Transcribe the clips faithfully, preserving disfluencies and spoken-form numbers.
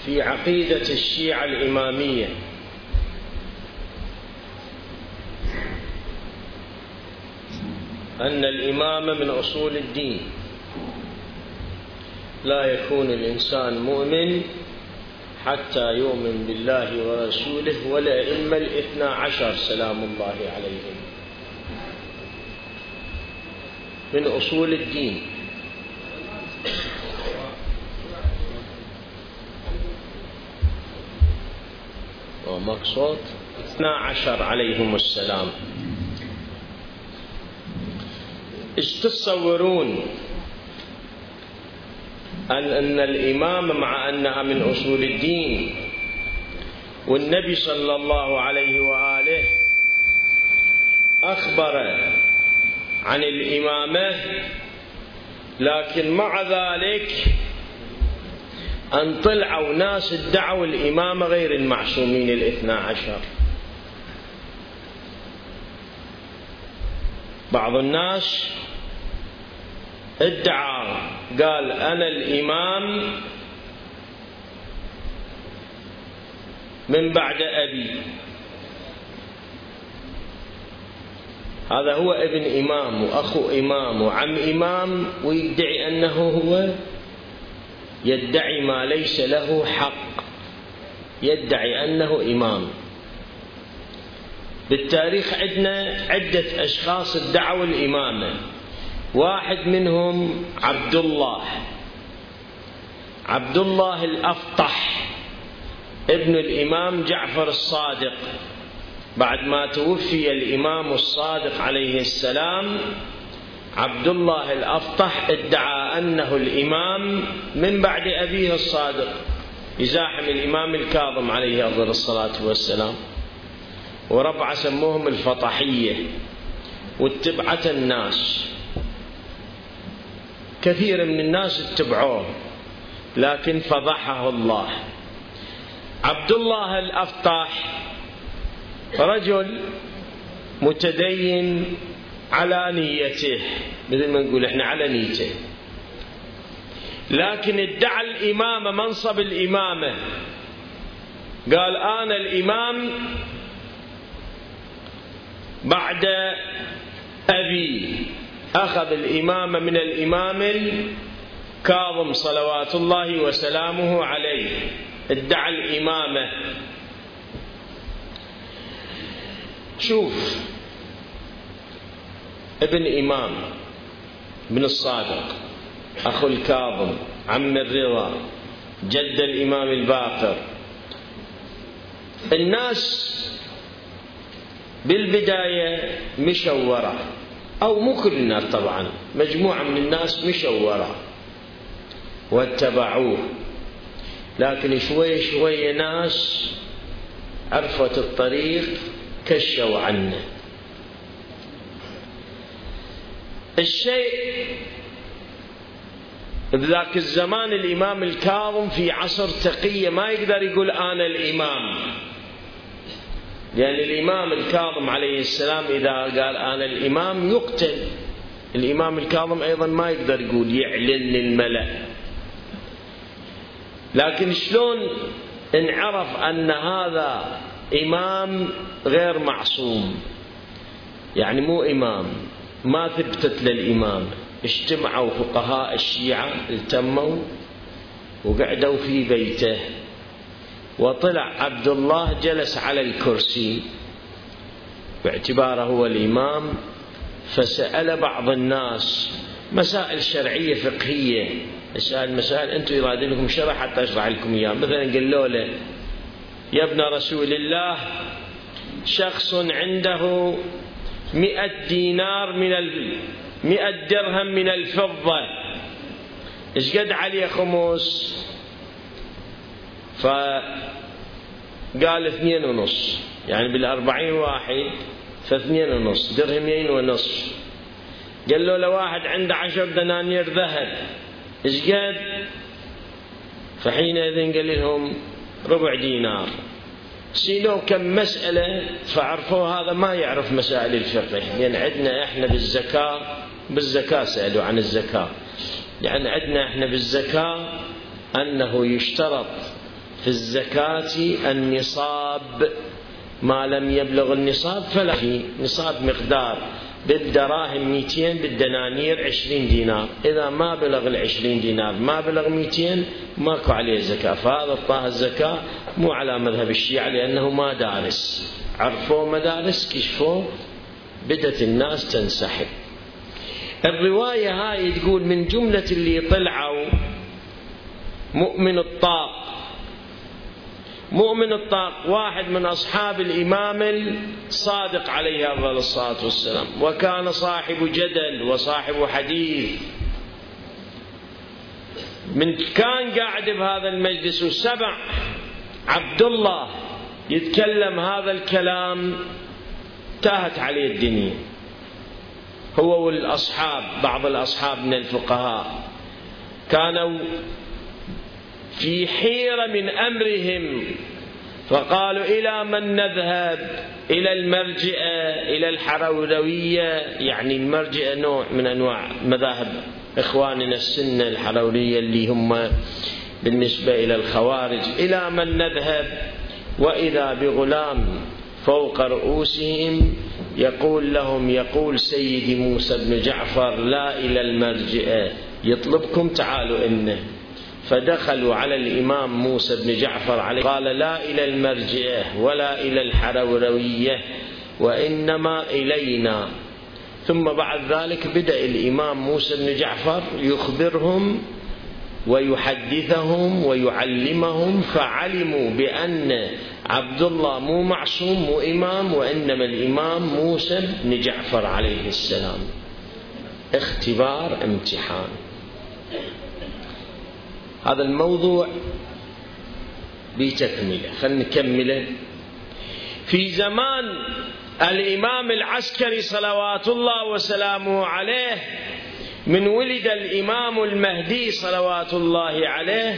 في عقيدة الشيعة الإمامية أن الإمامة من أصول الدين، لا يكون الإنسان مؤمن حتى يؤمن بالله ورسوله والأئمة الاثنى عشر سلام الله عليهم، من أصول الدين. ومقصود اثنى عشر عليهم السلام. ايش تتصورون أن أن الإمامة مع أنها من أصول الدين، والنبي صلى الله عليه وآله أخبر عن الإمامة، لكن مع ذلك أن طلعوا ناس ادعوا الإمامة غير المعصومين الاثنى عشر. بعض الناس ادعى قال أنا الإمام من بعد أبي، هذا هو ابن إمام وأخو إمام وعم إمام، ويدعي أنه هو يدعي ما ليس له حق، يدعي أنه إمام. بالتاريخ عندنا عدة أشخاص ادعوا الإمامة، واحد منهم عبد الله عبد الله الأفطح ابن الإمام جعفر الصادق. بعد ما توفي الإمام الصادق عليه السلام، عبد الله الأفطح ادعى أنه الإمام من بعد أبيه الصادق، يزاحم الإمام الكاظم عليه أفضل الصلاة والسلام. وربعة سموهم الفطحية، واتبعت الناس، كثير من الناس اتبعوه، لكن فضحه الله. عبد الله الأفطح رجل متدين على نيته، مثل ما نقول احنا على نيته، لكن ادعى الإمامة، منصب الإمامة، قال أنا الإمام بعد أبي، أخذ الإمامة من الإمام الكاظم صلوات الله وسلامه عليه، ادعى الإمامة. شوف، ابن إمام ابن الصادق، أخو الكاظم، عم الرضا، جد الإمام الباقر. الناس بالبداية مشورة، أو مو كل الناس طبعا، مجموعة من الناس مشورة واتبعوه، لكن شوي شوي ناس عرفت الطريق كشوا عنه. الشيء بذاك الزمان الإمام الكاظم في عصر تقية ما يقدر يقول أنا الإمام، لأن الإمام الكاظم عليه السلام إذا قال أنا الإمام يقتل. الإمام الكاظم أيضا ما يقدر يقول يعلن للملأ، لكن شلون انعرف أن هذا إمام غير معصوم، يعني مو إمام، ما ثبتت للإمام. اجتمعوا فقهاء الشيعة، التموا وقعدوا في بيته، وطلع عبد الله جلس على الكرسي باعتباره هو الإمام، فسأل بعض الناس مسائل شرعية فقهية، يسأل مسائل أنتم يراد لكم شرح حتى أشرح لكم إياه. مثلا قالوا له يا ابن رسول الله، شخص عنده مئة دينار من ال مئة درهم من الفضة، إيش قد عليه خمس؟ فقال اثنين ونص، يعني بالأربعين واحد فاثنين ونص، درهمين ونصف. قال له لواحد عنده عشر دنانير ذهب، إيش قد؟ فحينئذ قال لهم ربع دينار. سيلوا كم مسألة فعرفوا هذا ما يعرف مسائل الفقه، لأن يعني عندنا إحنا بالزكاة بالزكاة سألوا عن الزكاة، لأن يعني عندنا إحنا بالزكاة أنه يشترط في الزكاة النصاب، ما لم يبلغ النصاب فلا في نصاب مقدار بالدراهم مئتين، بالدنانير عشرين دينار، إذا ما بلغ العشرين دينار ما بلغ مئتين ماكو عليه زكاة. فهذا طه الزكاة مو على مذهب الشيعة لأنه ما دارس، عرفوا مدارس كشفوا بدت الناس تنسحب. الرواية هاي تقول من جملة اللي طلعوا مؤمن الطاق. مؤمن الطاق واحد من أصحاب الإمام الصادق عليه أفضل الصلاة والسلام، وكان صاحب جدل وصاحب حديث. من كان قاعد بهذا المجلس وسمع عبد الله يتكلم هذا الكلام تاهت عليه الدنيا، هو والأصحاب. بعض الأصحاب من الفقهاء كانوا في حيرة من أمرهم، فقالوا إلى من نذهب؟ إلى المرجئة، إلى الحروروية، يعني المرجئة نوع من أنواع مذاهب إخواننا السنة الحرورية اللي هم بالنسبة إلى الخوارج. إلى من نذهب؟ وإذا بغلام فوق رؤوسهم يقول لهم، يقول سيدي موسى بن جعفر لا إلى المرجئة، يطلبكم تعالوا إنه. فدخلوا على الإمام موسى بن جعفر عليه قال لا إلى المرجئة ولا إلى الحروروية وإنما إلينا. ثم بعد ذلك بدأ الإمام موسى بن جعفر يخبرهم ويحدثهم ويعلمهم، فعلموا بأن عبد الله مو معصوم مو إمام، وإنما الإمام موسى بن جعفر عليه السلام. اختبار، امتحان. هذا الموضوع بتكمله، خلينا نكمله. في زمان الإمام العسكري صلوات الله وسلامه عليه، من ولد الإمام المهدي صلوات الله عليه،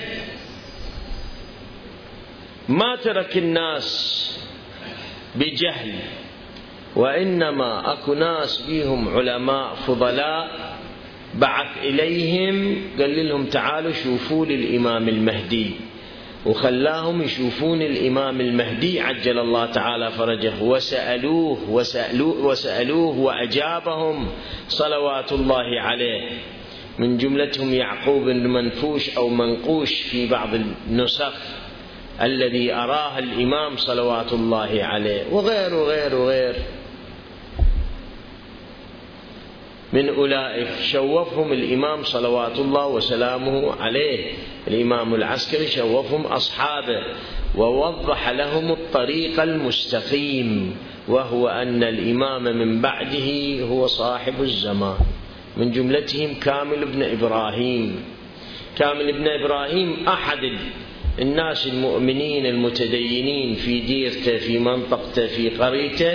ما ترك الناس بجهل، وإنما أكو ناس بيهم علماء فضلاء بعث إليهم قال لهم تعالوا شوفوا للإمام المهدي، وخلاهم يشوفون الإمام المهدي عجل الله تعالى فرجه، وسألوه وسألوه, وسألوه وأجابهم صلوات الله عليه. من جملتهم يعقوب المنفوش أو منقوش في بعض النسخ الذي أراه الإمام صلوات الله عليه، وغير وغير وغير من أولئك شوفهم الإمام صلوات الله وسلامه عليه. الإمام العسكري شوفهم أصحابه ووضح لهم الطريق المستقيم، وهو أن الإمام من بعده هو صاحب الزمان. من جملتهم كامل بن إبراهيم. كامل بن إبراهيم أحد الناس المؤمنين المتدينين في ديرته في منطقته في قريته،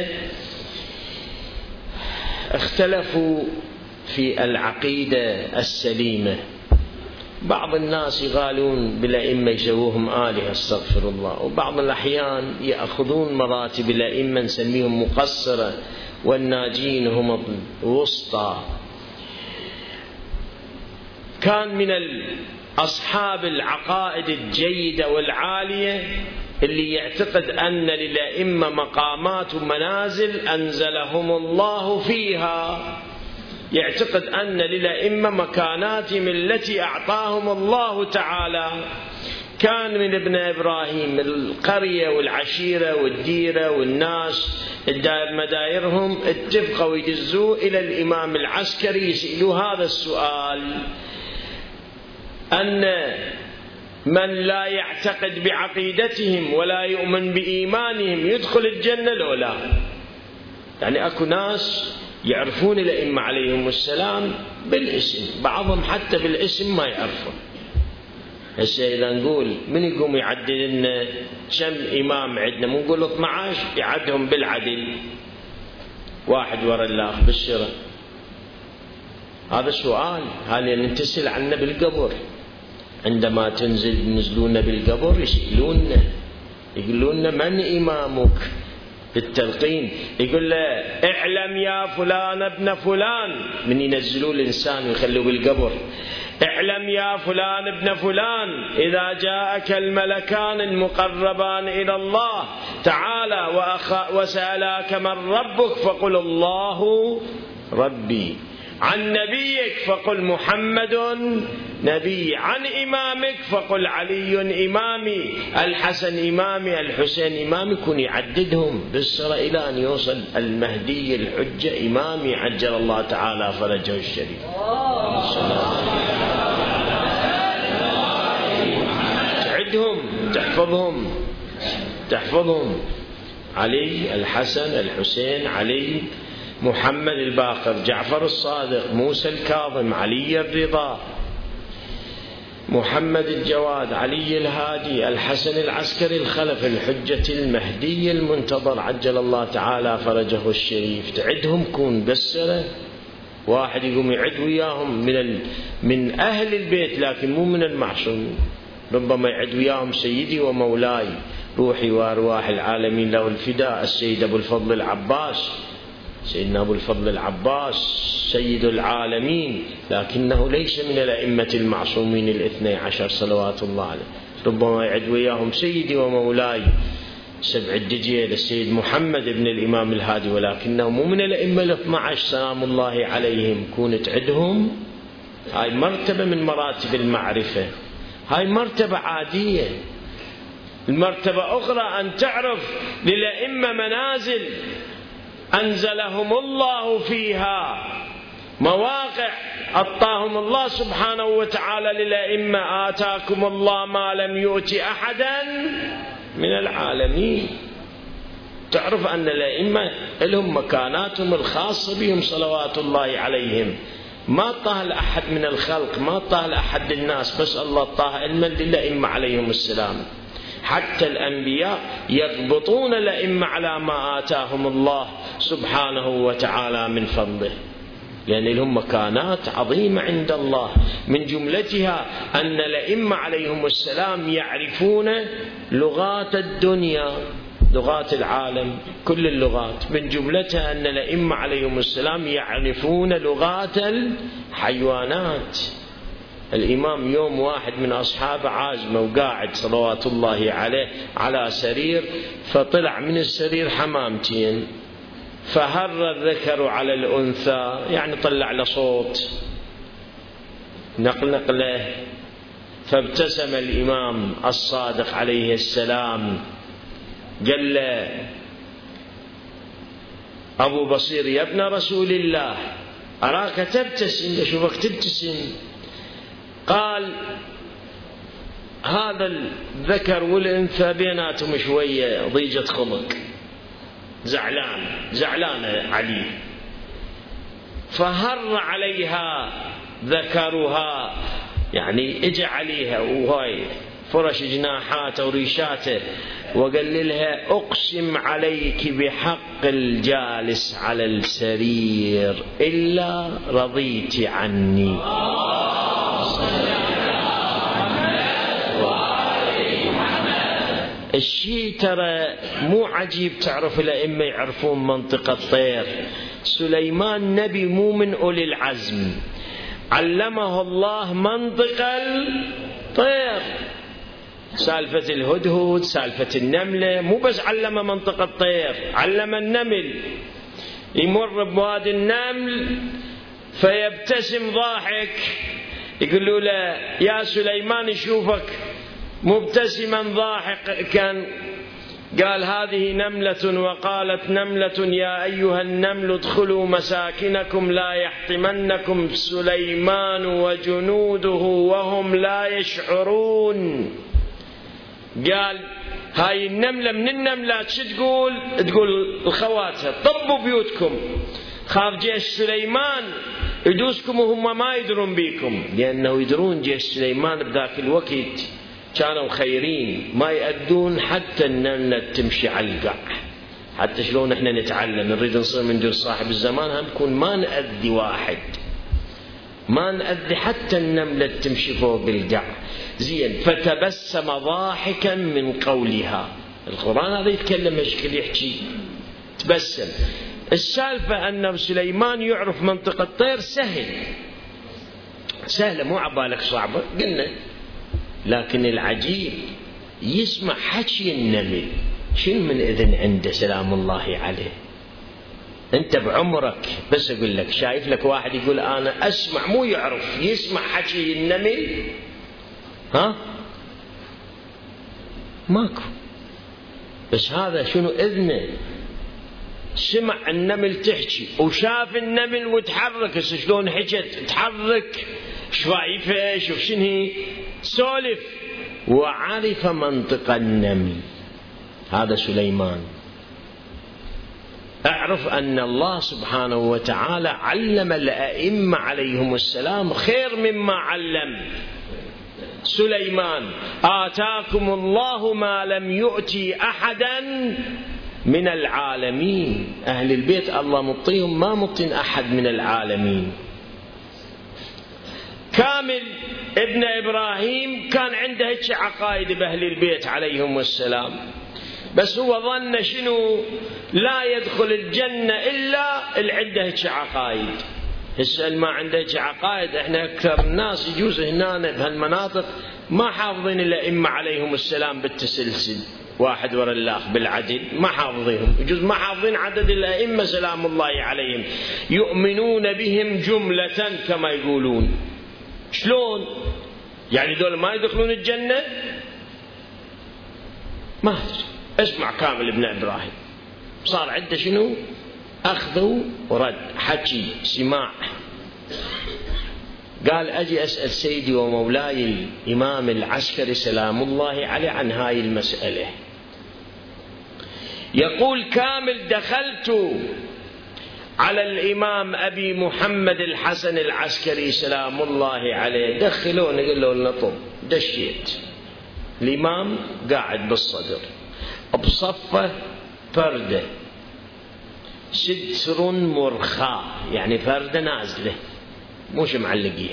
اختلفوا في العقيدة السليمة. بعض الناس يقالون بالأئمة يسووهم آلهة استغفر الله، وبعض الأحيان يأخذون مراتب الأئمة نسميهم مقصرة، والناجين هم الوسطى. كان من أصحاب العقائد الجيدة والعالية اللي يعتقد أن للأئمة مقامات ومنازل أنزلهم الله فيها، يعتقد أن للأئمة مكاناتهم التي أعطاهم الله تعالى. كان من ابن إبراهيم القرية والعشيرة والديرة والناس الدائر مدايرهم اتفقوا يدزوا إلى الإمام العسكري يسألوا هذا السؤال، أن من لا يعتقد بعقيدتهم ولا يؤمن بإيمانهم يدخل الجنة لو لا؟ يعني أكو ناس يعرفون الأئمة عليهم السلام بالاسم، بعضهم حتى بالاسم ما يعرفون. هسه إذا نقول من يقوم يعدد لنا كم إمام عندنا، مو نقول اثني عشر، يعدهم بالعدل واحد وراء الآخر بالشرع. هذا سؤال، هل ننتسل عنا بالقبر؟ عندما تنزل ينزلون بالقبر يسألون يقولون من إمامك؟ التلقين، يقول له اعلم يا فلان ابن فلان، من ينزلوا الإنسان ويخلوه بالقبر، اعلم يا فلان ابن فلان إذا جاءك الملكان المقربان إلى الله تعالى وسألاك من ربك فقل الله ربي، عن نبيك فقل محمد نبي، عن إمامك فقل علي إمامي، الحسن إمامي، الحسين إمامي. كن يعددهم بالسرة إلى أن يوصل المهدي الحجة إمامي عجل الله تعالى فرجه الشريف. تعدهم تحفظهم تحفظهم علي، الحسن، الحسين، علي، محمد الباقر، جعفر الصادق، موسى الكاظم، علي الرضا، محمد الجواد، علي الهادي، الحسن العسكري الخلف، الحجة المهدي المنتظر عجل الله تعالى فرجه الشريف. تعدهم كون بسرة، واحد يقوم يعد وياهم من ال... من أهل البيت لكن مو من المعصومين، ربما يعد وياهم سيدي ومولاي روحي وأرواح العالمين له الفداء السيد أبو الفضل العباس، سيدنا أبو الفضل العباس سيد العالمين، لكنه ليس من الأئمة المعصومين الاثني عشر صلوات الله عليه. ربما يعد وياهم سيدي ومولاي سبع الدجيل السيد محمد بن الإمام الهادي، ولكنه مو من الأئمة الاثنى عشر سلام الله عليهم. كون تعدهم، هاي مرتبة من مراتب المعرفة، هاي مرتبة عادية. المرتبة أخرى أن تعرف للأئمة منازل أنزلهم الله فيها، مواقع أعطاهم الله سبحانه وتعالى للأئمة، آتاكم الله ما لم يؤت أحدا من العالمين. تعرف أن الأئمة لهم مكاناتهم الخاصة بهم صلوات الله عليهم، ما طاه لأحد من الخلق، ما طاه لأحد الناس، بس الله طاه علما للأئمة عليهم السلام. حتى الأنبياء يضبطون الأئمة على ما آتاهم الله سبحانه وتعالى من فضله، لأن لهم مكانات عظيمة عند الله، من جملتها أن الأئمة عليهم السلام يعرفون لغات الدنيا، لغات العالم، كل اللغات، من جملتها أن الأئمة عليهم السلام يعرفون لغات الحيوانات. الإمام يوم واحد من أصحابه عازمه وقاعد صلوات الله عليه على سرير، فطلع من السرير حمامتين، فهر الذكر على الأنثى، يعني طلع له صوت نقل نقله، فابتسم الإمام الصادق عليه السلام قال له أبو بصير يا ابن رسول الله أراك تبتسم، أشوفك تبتسم. قال هذا الذكر والأنثى بيناتهم شوية ضيجة خلق، زعلان زعلان عليه، فهر عليها ذكرها، يعني اجى عليها وهاي فرش جناحاته وريشاته، وقال لها أقسم عليك بحق الجالس على السرير إلا رضيت عني. الشيء ترى مو عجيب، تعرف الأئمة يعرفون منطق الطير. سليمان نبي مو من أولي العزم، علمه الله منطق الطير، سالفة الهدهد، سالفة النملة، مو بس علم منطق الطير، علم النمل. يمر بوادي النمل فيبتسم ضاحك، يقولوا له يا سليمان يشوفك مبتسما ضاحكا، قال هذه نملة وقالت نملة يا أيها النمل ادخلوا مساكنكم لا يحطمنكم سليمان وجنوده وهم لا يشعرون. قال هاي النملة من النملات شو تقول؟ تقول الخواتها طبوا بيوتكم، خاف جيش سليمان يدوسكم وهم ما يدرون بيكم، لأنه يدرون جيش سليمان بذاك الوقت كانوا خيرين، ما يأذون حتى النملة تمشي على القاع. حتى شلون احنا نتعلم نريد نصير من دون صاحب الزمان، هم نكون ما نأذي واحد، ما نأذي حتى النملة تمشي فوق القاع. زين، فتبسم ضاحكا من قولها. القرآن هذا يتكلم مشكل يحكي، تبسم. السالفة أن سليمان يعرف منطق الطير سهل، سهلة مو عبالك صعبة قلنا، لكن العجيب يسمع حكي النمل. شنو من إذن عنده سلام الله عليه؟ أنت بعمرك بس أقول لك شايف لك واحد يقول أنا أسمع، مو يعرف، يسمع حكي النمل؟ ها ماكو. بس هذا شنو إذنه؟ سمع النمل تحكي وشاف النمل وتحرك. شلون حكت؟ تحرك شفايفه، شوف شنو هي سولف، وعرف منطق النمل. هذا سليمان. اعرف أن الله سبحانه وتعالى علم الأئمة عليهم السلام خير مما علم سليمان. آتاكم الله ما لم يؤتي أحدا من العالمين. أهل البيت الله مطيهم ما مطين أحد من العالمين. كامل ابن إبراهيم كان عنده هيك عقائد بأهل البيت عليهم السلام، بس هو ظن شنو؟ لا يدخل الجنة إلا اللي عنده هيك عقائد. اسأل ما عنده هيك عقائد. احنا أكثر الناس يجوز هنا بهالمناطق ما حافظين الأئمة عليهم السلام بالتسلسل واحد وراء الآخر بالعدل، ما حافظينهم. يجوز ما حافظين عدد الأئمة سلام الله عليهم، يؤمنون بهم جملة كما يقولون. شلون يعني دول ما يدخلون الجنة؟ ما أدري. اسمع كامل ابن إبراهيم صار عنده شنو؟ أخذ ورد، حكي سماع. قال أجي أسأل سيدي ومولاي الإمام العسكري سلام الله عليه عن هاي المسألة. يقول كامل دخلت على الإمام أبي محمد الحسن العسكري سلام الله عليه، دخلوني قال له لنطب. دشيت الإمام قاعد بالصدر بصفة فردة، ستر مرخاء يعني فردة نازلة موش معلقيه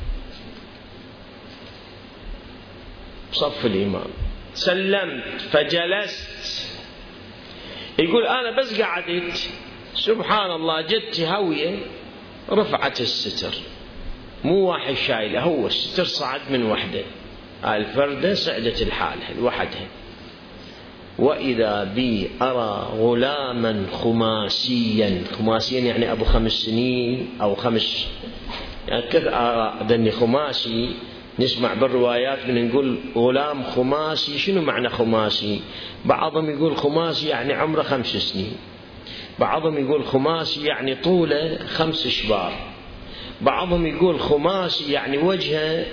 بصف الإمام. سلمت فجلست. يقول أنا بس قعدت سبحان الله جت هوية رفعت الستر، مو واحد شايله، هو الستر صعد من وحده، هاي الفردة صعدت الحالة لوحدها. وإذا بي أرى غلاما خماسيا، خماسيا يعني أبو خمس سنين أو خمس يعني كذا أرى ذني خماسي. نسمع بالروايات من نقول غلام خماسي. شنو معنى خماسي؟ بعضهم يقول خماسي يعني عمره خمس سنين، بعضهم يقول خماسي يعني طوله خمس شبار، بعضهم يقول خماسي يعني وجهه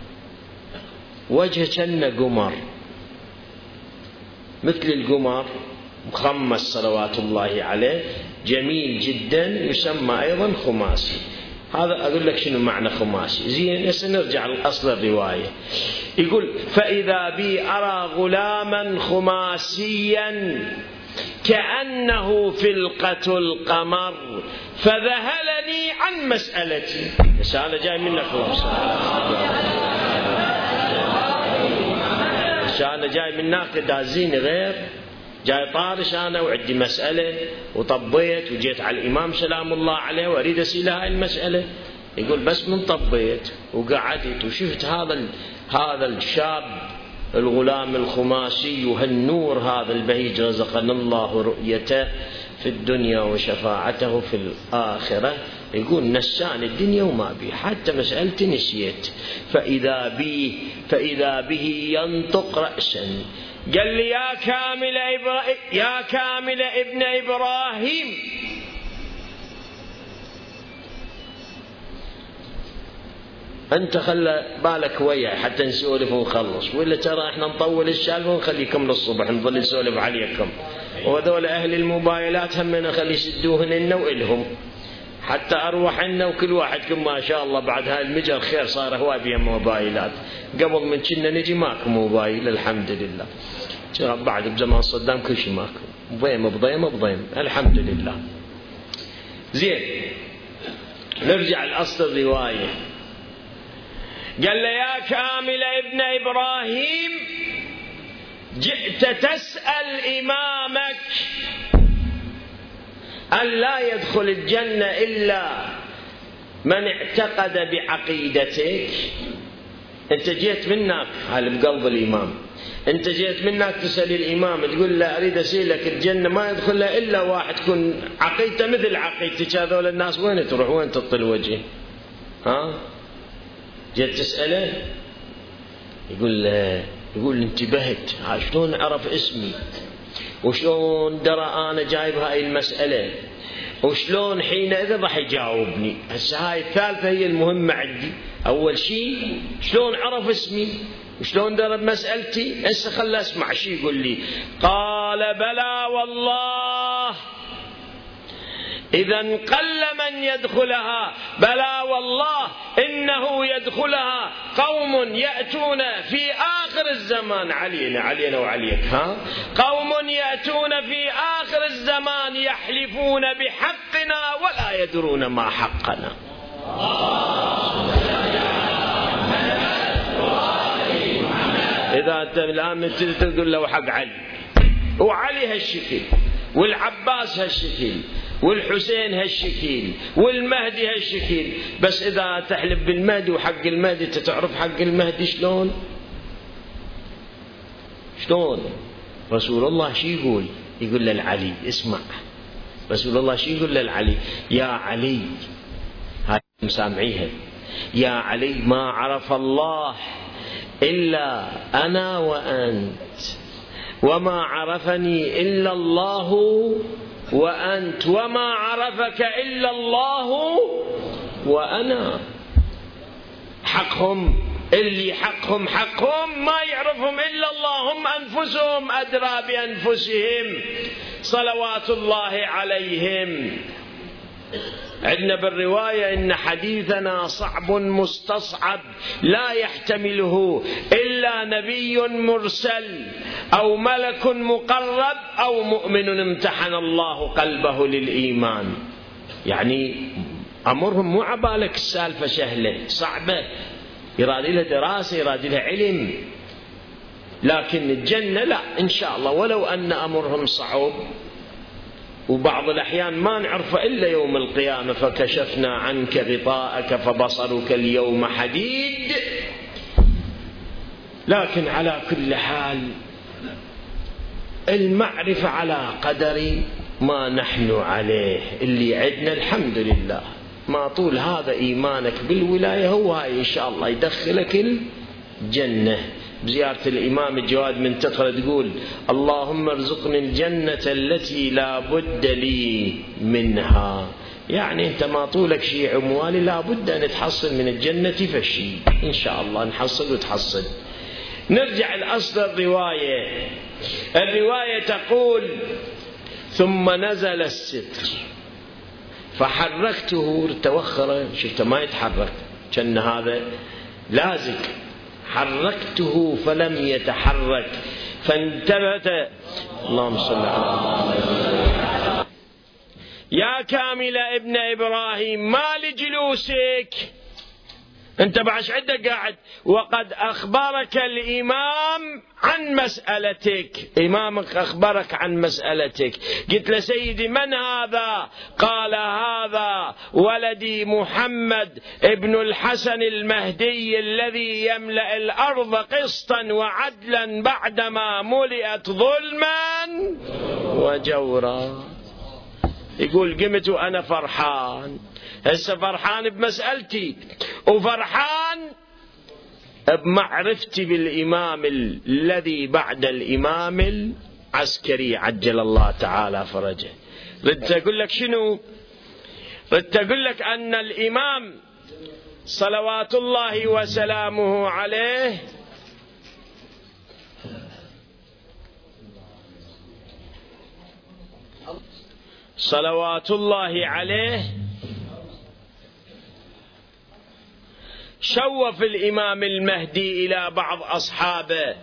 وجهه كأنه قمر، مثل القمر مخمس صلوات الله عليه، جميل جدا، يسمى أيضا خماسي. هذا أقول لك شنو معنى خماسي. زين هسه نرجع لأصل الرواية. يقول فإذا بي أرى غلاما خماسيا كأنه فلقة القمر فذهلني عن مسألتي. رسالة جاي منك رسالة جاي منك دازين غير جاي طارش أنا وعندي مسألة وطبيت وجيت على الإمام سلام الله عليه وأريد أسئلة هاي المسألة. يقول بس من طبيت وقعدت وشفت هذا هذا الشاب الغلام الخماسي وهالنور هذا البهيج رزقنا الله رؤيته في الدنيا وشفاعته في الآخرة. يقول نسان الدنيا وما بي، حتى مسألتي نسيت. فإذا به فإذا به ينطق رأسا. قال لي يا كامل إبراهيم يا كامل ابن إبراهيم أنت خلى بالك وياي حتى نسولف ونخلص، ولا ترى احنا نطول السالفة ونخليكم للصبح نظل نسولف عليكم، وهذول أهل الموبايلات هم نخلي يسدوهن لنا وإلهم حتى أروح لنا، وكل واحدكم ما شاء الله بعد هاي المجر خير صار هواي بيهم موبايلات. قبل من كنا نجي ماكو موبايل الحمد لله، بعد بزمان صدام كل شيء ماكو، بضيم بضيم بضيم الحمد لله. زين نرجع لأصل الرواية. قال له يا كامل ابن إبراهيم جئت تسأل إمامك أن لا يدخل الجنة إلا من اعتقد بعقيدتك. أنت جيت منك هذا بقلب الإمام، أنت جيت منك تسأل الإمام تقول له أريد أسألك الجنة ما يدخل إلا واحد تكون عقيدته مثل عقيدتك، هذول الناس وين تروح وين تطل وجهه؟ ها؟ جيت تسأله يقول له يقول انتبهت شلون عرف اسمي وشلون درى أنا جايب هاي المسألة وشلون حينئذ راح يجاوبني. هسه هاي الثالثة هي المهمة عندي. أول شيء شلون عرف اسمي وشلون درى بمسألتي. هسه خلى أسمع شي يقول لي. قال بلى والله إذا قل من يدخلها، بلى والله إنه يدخلها قوم يأتون في آخر الزمان، علينا علينا وعليك، ها، قوم يأتون في آخر الزمان يحلفون بحقنا ولا يدرون ما حقنا. إذا أنت الآن تقول له حق علي، وعلي هالشكل، والعباس هالشكل، والحسين هالشكل، والمهدي هالشكل، بس إذا تحلف بالمهدي وحق المهدي تعرف حق المهدي شلون؟ شلون؟ رسول الله شي يقول؟ يقول للعلي اسمع، رسول الله شي يقول للعلي؟ يا علي، هاي مسامعيها، يا علي ما عرف الله إلا أنا وأنت، وما عرفني إلا الله وأنت، وما عرفك إلا الله وأنا. حقهم اللي حقهم حقهم ما يعرفهم إلا الله، هم أنفسهم أدرى بأنفسهم صلوات الله عليهم. عندنا بالرواية إن حديثنا صعب مستصعب لا يحتمله إلا نبي مرسل أو ملك مقرب أو مؤمن امتحن الله قلبه للإيمان. يعني أمرهم مو عبالك السالفة سهلة صعبة، يراد لها دراسة، يراد لها علم، لكن الجنة لا إن شاء الله، ولو أن أمرهم صعب وبعض الأحيان ما نعرف إلا يوم القيامة. فكشفنا عنك غطاءك فبصرك اليوم حديد. لكن على كل حال المعرفة على قدر ما نحن عليه، اللي عدنا الحمد لله. ما طول هذا إيمانك بالولاية هو هاي إن شاء الله يدخلك الجنة. بزيارة الإمام الجواد من تدخل تقول اللهم ارزقني الجنة التي لا بد لي منها. يعني أنت ما طولك شيء عموالي لا بد أن تحصل من الجنة فشي إن شاء الله نحصل وتحصل. نرجع لأصل الرواية. الرواية تقول ثم نزل الستر فحركته، توخر شفت ما يتحرك كأن هذا لازق، حركته فلم يتحرك فانتبه. اللهم صل على محمد. يا كامل ابن إبراهيم ما لجلوسك أنت بعش عندك قاعد، وقد أخبرك الإمام عن مسألتك، إمامك أخبرك عن مسألتك. قلت له سيدي من هذا؟ قال هذا ولدي محمد ابن الحسن المهدي الذي يملأ الأرض قسطا وعدلا بعدما ملئت ظلما وجورا. يقول قمت وأنا فرحان، هسه فرحان بمسألتي وفرحان بمعرفتي بالإمام الذي بعد الإمام العسكري عجل الله تعالى فرجه. ردت أقول لك شنو؟ ردت أقول لك أن الإمام صلوات الله وسلامه عليه صلوات الله عليه شوف الإمام المهدي إلى بعض أصحابه،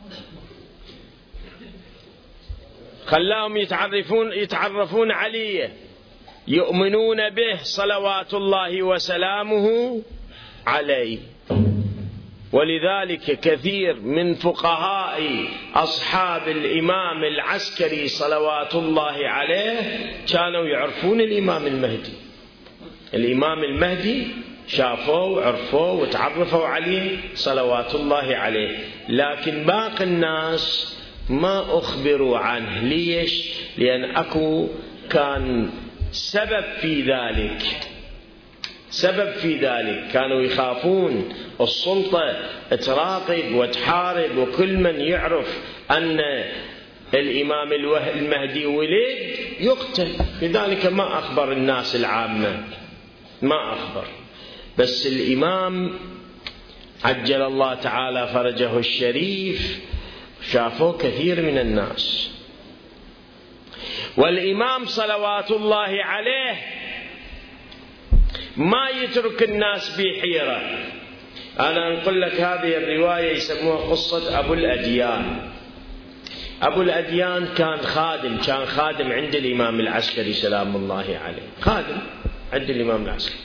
خلاهم يتعرفون يتعرفون عليه، يؤمنون به صلوات الله وسلامه عليه. ولذلك كثير من فقهاء أصحاب الإمام العسكري صلوات الله عليه كانوا يعرفون الإمام المهدي. الإمام المهدي شافوه وعرفوه وتعرفوا عليه صلوات الله عليه، لكن باقي الناس ما أخبروا عنه. ليش؟ لأن أكو كان سبب في ذلك، سبب في ذلك كانوا يخافون السلطة تراقب وتحارب، وكل من يعرف أن الإمام المهدي ولد يقتل، لذلك ما أخبر الناس العامة، ما أخبر. بس الإمام عجل الله تعالى فرجه الشريف شافوه كثير من الناس. والإمام صلوات الله عليه ما يترك الناس بحيرة. أنا أقول لك هذه الرواية يسموها قصة أبو الأديان. أبو الأديان كان خادم، كان خادم عند الإمام العسكري سلام الله عليه، خادم عند الإمام العسكري.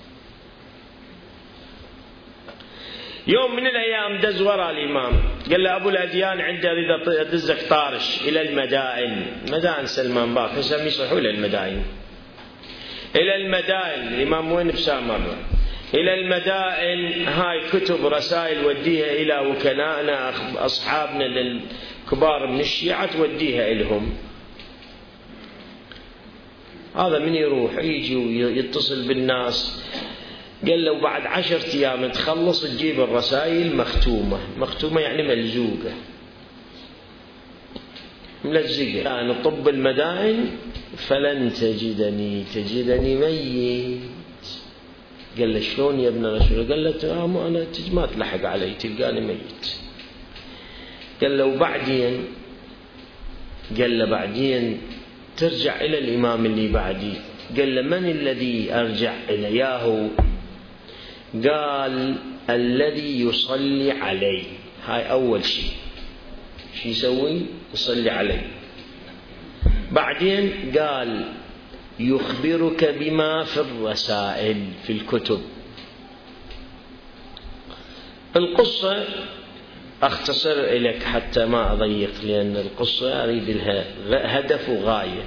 يوم من الأيام دز وراء الإمام، قال له أبو الأديان عنده أريد أدزك طارش إلى المدائن، مدائن سلمان باقر هسه يصلحوا إلى المدائن، إلى المدائن. الإمام وين بسامرة؟ إلى المدائن، هاي كتب رسائل وديها إلى وكلائنا أصحابنا الكبار من الشيعة توديها إلهم. هذا من يروح يجي ويتصل بالناس، قال له بعد عشرة أيام تخلص تجيب الرسائل مختومة، مختومة يعني ملزوقة ملزقة. أنا طب المدائن فلن تجدني، تجدني ميت. قال له شلون يا ابن رسول؟ قال له أنا ما تلحق علي تلقاني ميت. قال له بعدين، قال له بعدين ترجع إلى الإمام اللي بعدي. قال له من الذي أرجع إليه؟ قال الذي يصلي علي. هاي أول شيء، شو يسوي؟ يصلي علي. بعدين قال يخبرك بما في الرسائل في الكتب. القصة أختصر لك حتى ما أضيق، لأن القصة أريد لها هدف وغاية.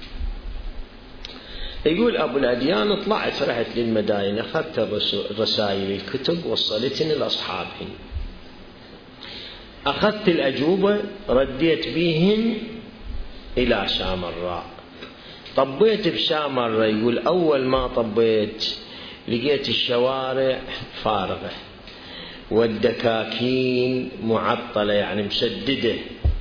يقول أبو الأديان طلعت رحت للمدائن، أخذت الرسائل الكتب وصلتني لأصحابي، أخذت الأجوبة رديت بيهن إلى سامراء، طبيت بسامراء. يقول أول ما طبيت لقيت الشوارع فارغة والدكاكين معطلة يعني مسددة،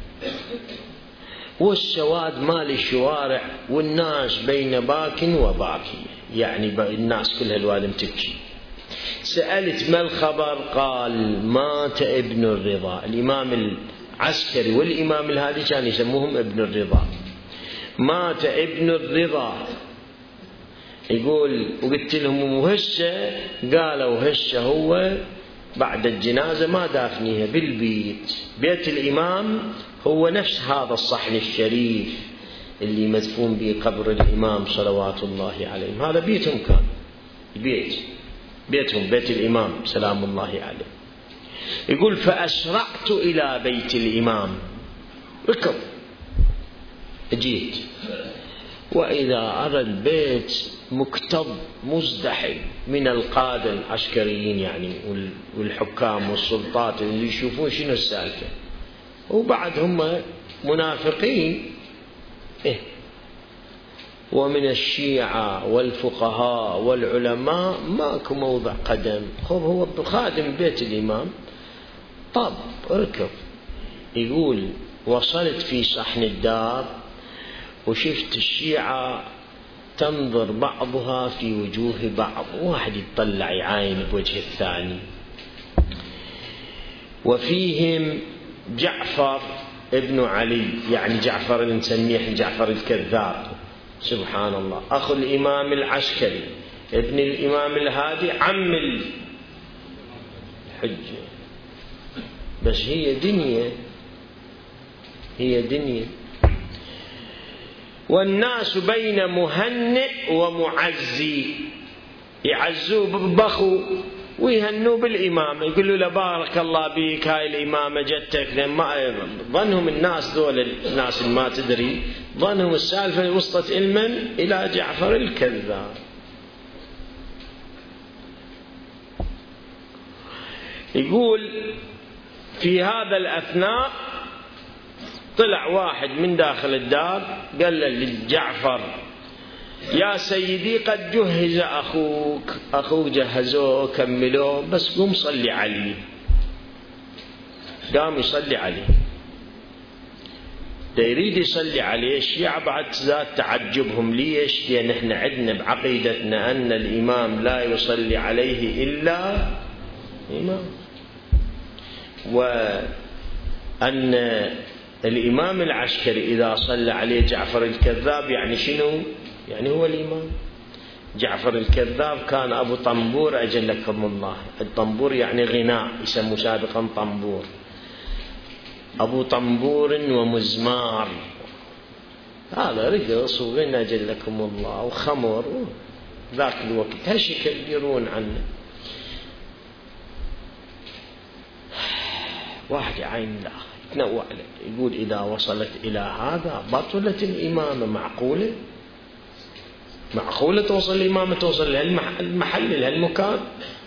والسواد مال الشوارع، والناس بين باك وباكي، يعني الناس كلها الوادم تبكي. سألت ما الخبر؟ قال مات ابن الرضا. الإمام العسكري والإمام الهادي كان يسموهم ابن الرضا. مات ابن الرضا. يقول وقلت لهم وهسه؟ قالوا هسه هو بعد الجنازة ما دافنيها بالبيت، بيت الإمام هو نفس هذا الصحن الشريف اللي مدفون به قبر الإمام صلوات الله عليه، هذا بيتهم كان، بيت بيتهم بيت الإمام سلام الله عليه. يقول فأسرعت إلى بيت الإمام، ركض جيت، وإذا أرى البيت مكتظ مزدحم من القادة العسكريين يعني والحكام والسلطات اللي يشوفون شنو السالفة، وبعد هم منافقين إيه، ومن الشيعة والفقهاء والعلماء ماكو موضع قدم. خب هو خادم بيت الإمام. طب اركب. يقول وصلت في صحن الدار وشفت الشيعة تنظر بعضها في وجوه بعض، واحد يطلع يعاين بوجه الثاني، وفيهم جعفر ابن علي، يعني جعفر اللي نسميه جعفر الكذاب، سبحان الله، أخو الإمام العسكري ابن الإمام الهادي عم الحجة. بس هي دنيا، هي دنيا. والناس بين مهنئ ومعزي، يعزوه ببخو ويهنوا بالإمامة، يقولوا له بارك الله بيك هاي الإمامة جتك. ما ظنهم الناس دول الناس اللي ما تدري، ظنهم السالفة وصلت علما إلى جعفر الكذاب. يقول في هذا الأثناء طلع واحد من داخل الدار قال لجعفر يا سيدي قد جهز أخوك، أخوك جهزوه كملوه، بس قم صلي عليه. قام يصلي عليه، دا يريد يصلي عليه. الشيعة بعد زاد تعجبهم، ليش؟ لأن احنا عندنا بعقيدتنا أن الإمام لا يصلي عليه إلا إمام، وأن الإمام العسكري إذا صلى عليه جعفر الكذاب يعني شنو؟ يعني هو الإمام. جعفر الكذاب كان أبو طنبور أجلكم الله. الطنبور يعني غناء، يسموه سابقا طنبور. أبو طنبور ومزمار، هذا رقص وغنى أجلكم الله وخمر ذاك الوقت، هش يكبرون عنه. واحد عين له يتنوع له، يقول إذا وصلت إلى هذا بطلت الإمامة. معقولة؟ معقولة توصل الإمامة توصل لهالمحل لهالمكان؟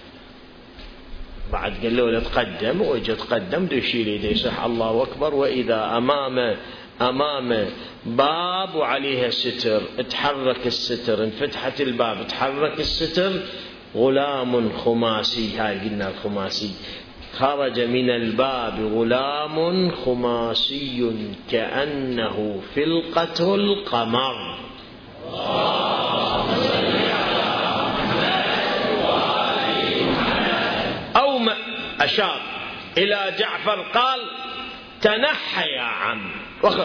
بعد قال له تقدم، وإجا تقدم دو يشيل يده يصح الله أكبر. وإذا أمام أمام باب وعليها ستر، اتحرك الستر، انفتحت الباب اتحرك الستر، غلام خماسي، هاي قلنا الخماسي، خرج من الباب غلام خماسي كأنه فلقة القمر. أو ما أشار إلى جعفر قال تنحى يا عم وخر،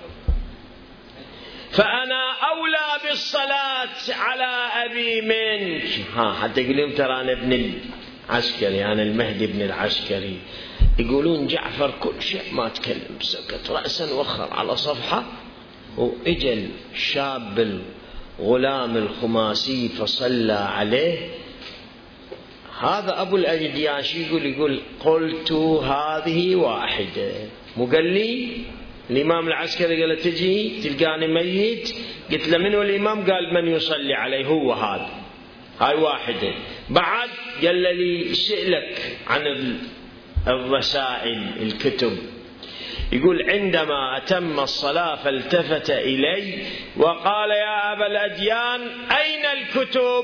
فأنا أولى بالصلاة على أبي منك. ها حتى يقول لهم ترى أنا ابن العسكري، أنا المهدي ابن العسكري. يقولون جعفر كل شيء ما تكلم، سكت رأسا وخر على صفحة. وإجل شاب الغلام الخماسي فصلى عليه. هذا أبو الأجدياش يقول يقول قلت هذه واحدة، مو قال لي الإمام العسكري قال تجي تلقاني ميت، قلت له من هو الإمام؟ قال من يصلي عليه هو هذا، هاي واحدة. بعد قال لي سألك عن الرسائل الكتب، يقول عندما أتم الصلاة فالتفت إلي وقال يا أبا الأديان أين الكتب؟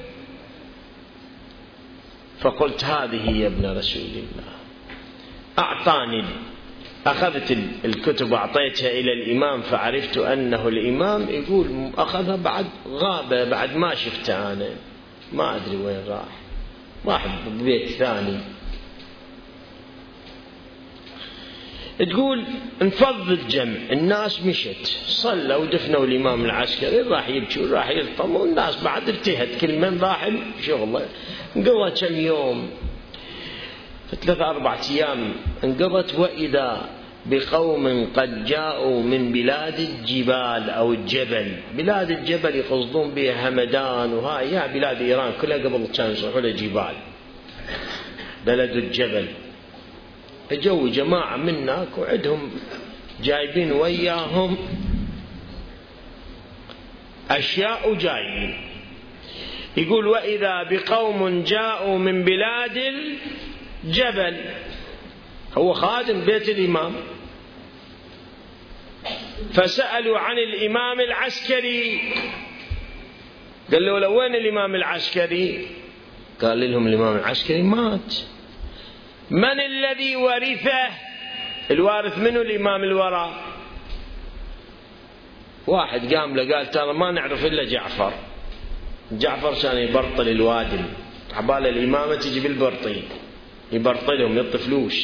فقلت هذه يا ابن رسول الله. أعطاني، أخذت الكتب وأعطيتها إلى الإمام فعرفت أنه الإمام. يقول أخذها بعد غابة، بعد ما شفته أنا، ما أدري وين راح، راح ببيت ثاني. تقول انفض الجمع، الناس مشت، صلوا ودفنوا الإمام العسكري، راح يبكي وراح يلطموا، والناس بعد ارتهت، كل من راح شغله. انقضى كم يوم، في ثلاثة أربعة أيام انقضت، وإذا بقوم قد جاءوا من بلاد الجبال أو الجبل. بلاد الجبل يقصدون بها همدان وهاي، يا بلاد إيران كلها قبل كانوا يصيحوا لها جبال، بلد الجبل. اجوا جماعة منك وعندهم جايبين وياهم أشياء وجايين. يقول وإذا بقوم جاءوا من بلاد الجبل، هو خادم بيت الإمام، فسألوا عن الإمام العسكري. قال له لو وين الإمام العسكري؟ قال لهم الإمام العسكري مات. من الذي ورثه؟ الوارث منه الإمام الوراء. واحد قام له قال ترى ما نعرف إلا جعفر. جعفر كان يبرطل الوادم، عبال الإمامة تجي بالبرطي، يبرطلهم يطفلوش.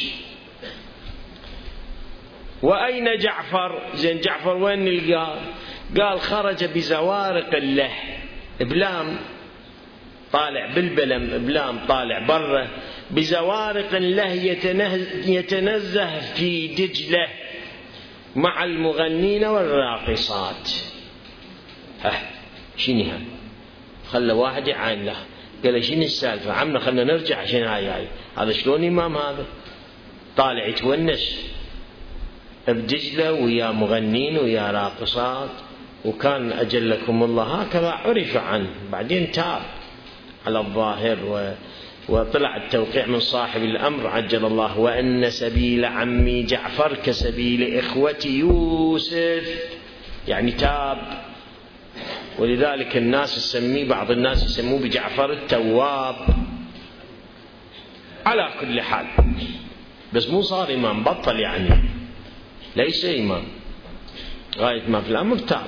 وأين جعفر؟ زين جعفر وين نلقاه؟ قال خرج بزوارق له، بلام طالع بالبلم، بلام طالع برا بزوارق له يتنزه في دجلة مع المغنين والراقصات. ها شنو هذا؟ خلى واحد يعاين له، قال شنو السالفة عمنا خلنا نرجع عشان هاي هاي هذا شلون إمام هذا طالع يتونس بدجلة ويا مغنين ويا راقصات، وكان أجلكم الله هكذا عرف عنه. بعدين تاب على الظاهر و وطلع التوقيع من صاحب الأمر عجل الله، وأن سبيل عمي جعفر كسبيل إخوتي يوسف، يعني تاب. ولذلك الناس يسميه، بعض الناس يسموه بجعفر التواب. على كل حال بس مو صار إمام، بطل يعني ليس إمام، غاية ما في الأمر تاب.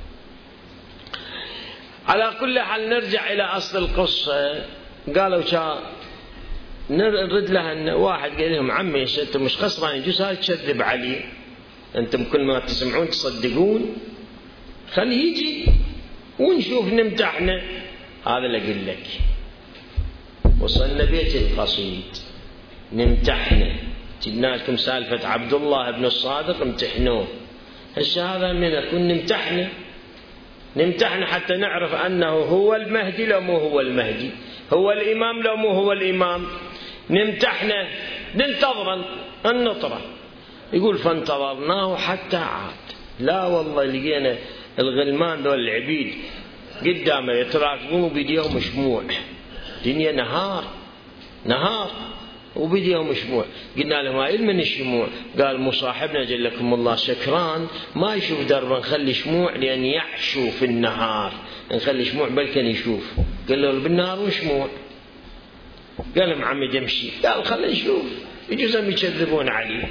على كل حال نرجع إلى أصل القصة. قالوا شا نرد لها أن واحد قال لهم عمي أنتم مش خسران يجوز هاي تكذب علي، أنتم كل ما تسمعون تصدقون، خليه يجي ونشوف نمتحنه. هذا اللي أقول لك، وصلنا بيت القصيد نمتحنه. جبنا لكم سالفة عبد الله بن الصادق امتحنوه، هسه هذا من يكون نمتحنه نمتحن حتى نعرف أنه هو المهدي لو مو هو المهدي، هو الإمام لو مو هو الإمام. نمتحنه ننتظر النطرة. يقول فانتظرناه حتى عاد. لا والله لقينا الغلمان ذول العبيد قدامه يتراكبون وبيديهم شموع، دنيا نهار نهار وبديهم شموع. قلنا لهم هاي من الشموع؟ قال مصاحبنا جلكم الله سكران ما يشوف دربا، نخلي شموع لأن يعشو في النهار، نخلي شموع بلكن يشوف. قال له بالنهار وشموع؟ قال لهم عمي دمشي. قال خلينا نشوف يجوز يكذبون علي،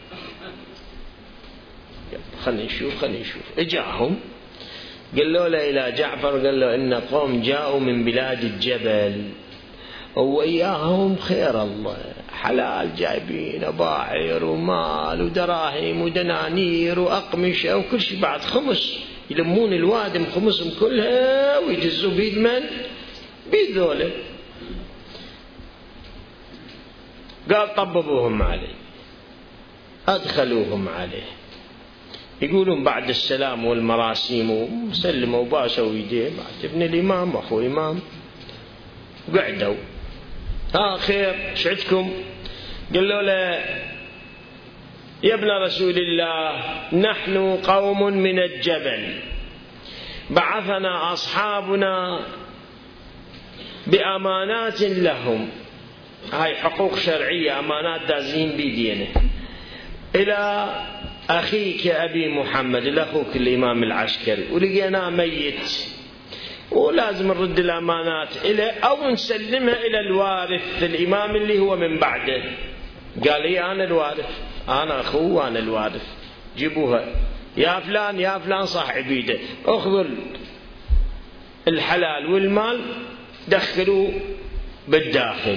خلينا نشوف خلينا نشوف. اجاهم قال له لا إلى جعفر، قال له إن قوم جاءوا من بلاد الجبل وإياهم خير الله حلال، جايبين باعر ومال ودراهم ودنانير وأقمشة وكل شيء، بعد خمس يلمون الوادم خمسهم كلها ويجزوا بيد من؟ بيد ذولا. قال طببوهم عليه، أدخلوهم عليه. يقولون بعد السلام والمراسيم وسلموا وباسوا يديه بعد ابن الإمام وأخو إمام، قعدوا ها خير شعتكم؟ قال له لا يا ابن رسول الله نحن قوم من الجبل، بعثنا أصحابنا بأمانات لهم، هاي حقوق شرعية أمانات دازين بيدينا، إلى أخيك أبي محمد لأخوك الإمام العسكري، ولقيناه ميت ولازم نرد الأمانات إليه أو نسلمها إلى الوارث الإمام اللي هو من بعده. قال لي أنا الوارث، أنا أخوه وأنا الوارث، جيبوها يا فلان يا فلان صاح عبيده، أخذوا الحلال والمال دخلوا بالداخل.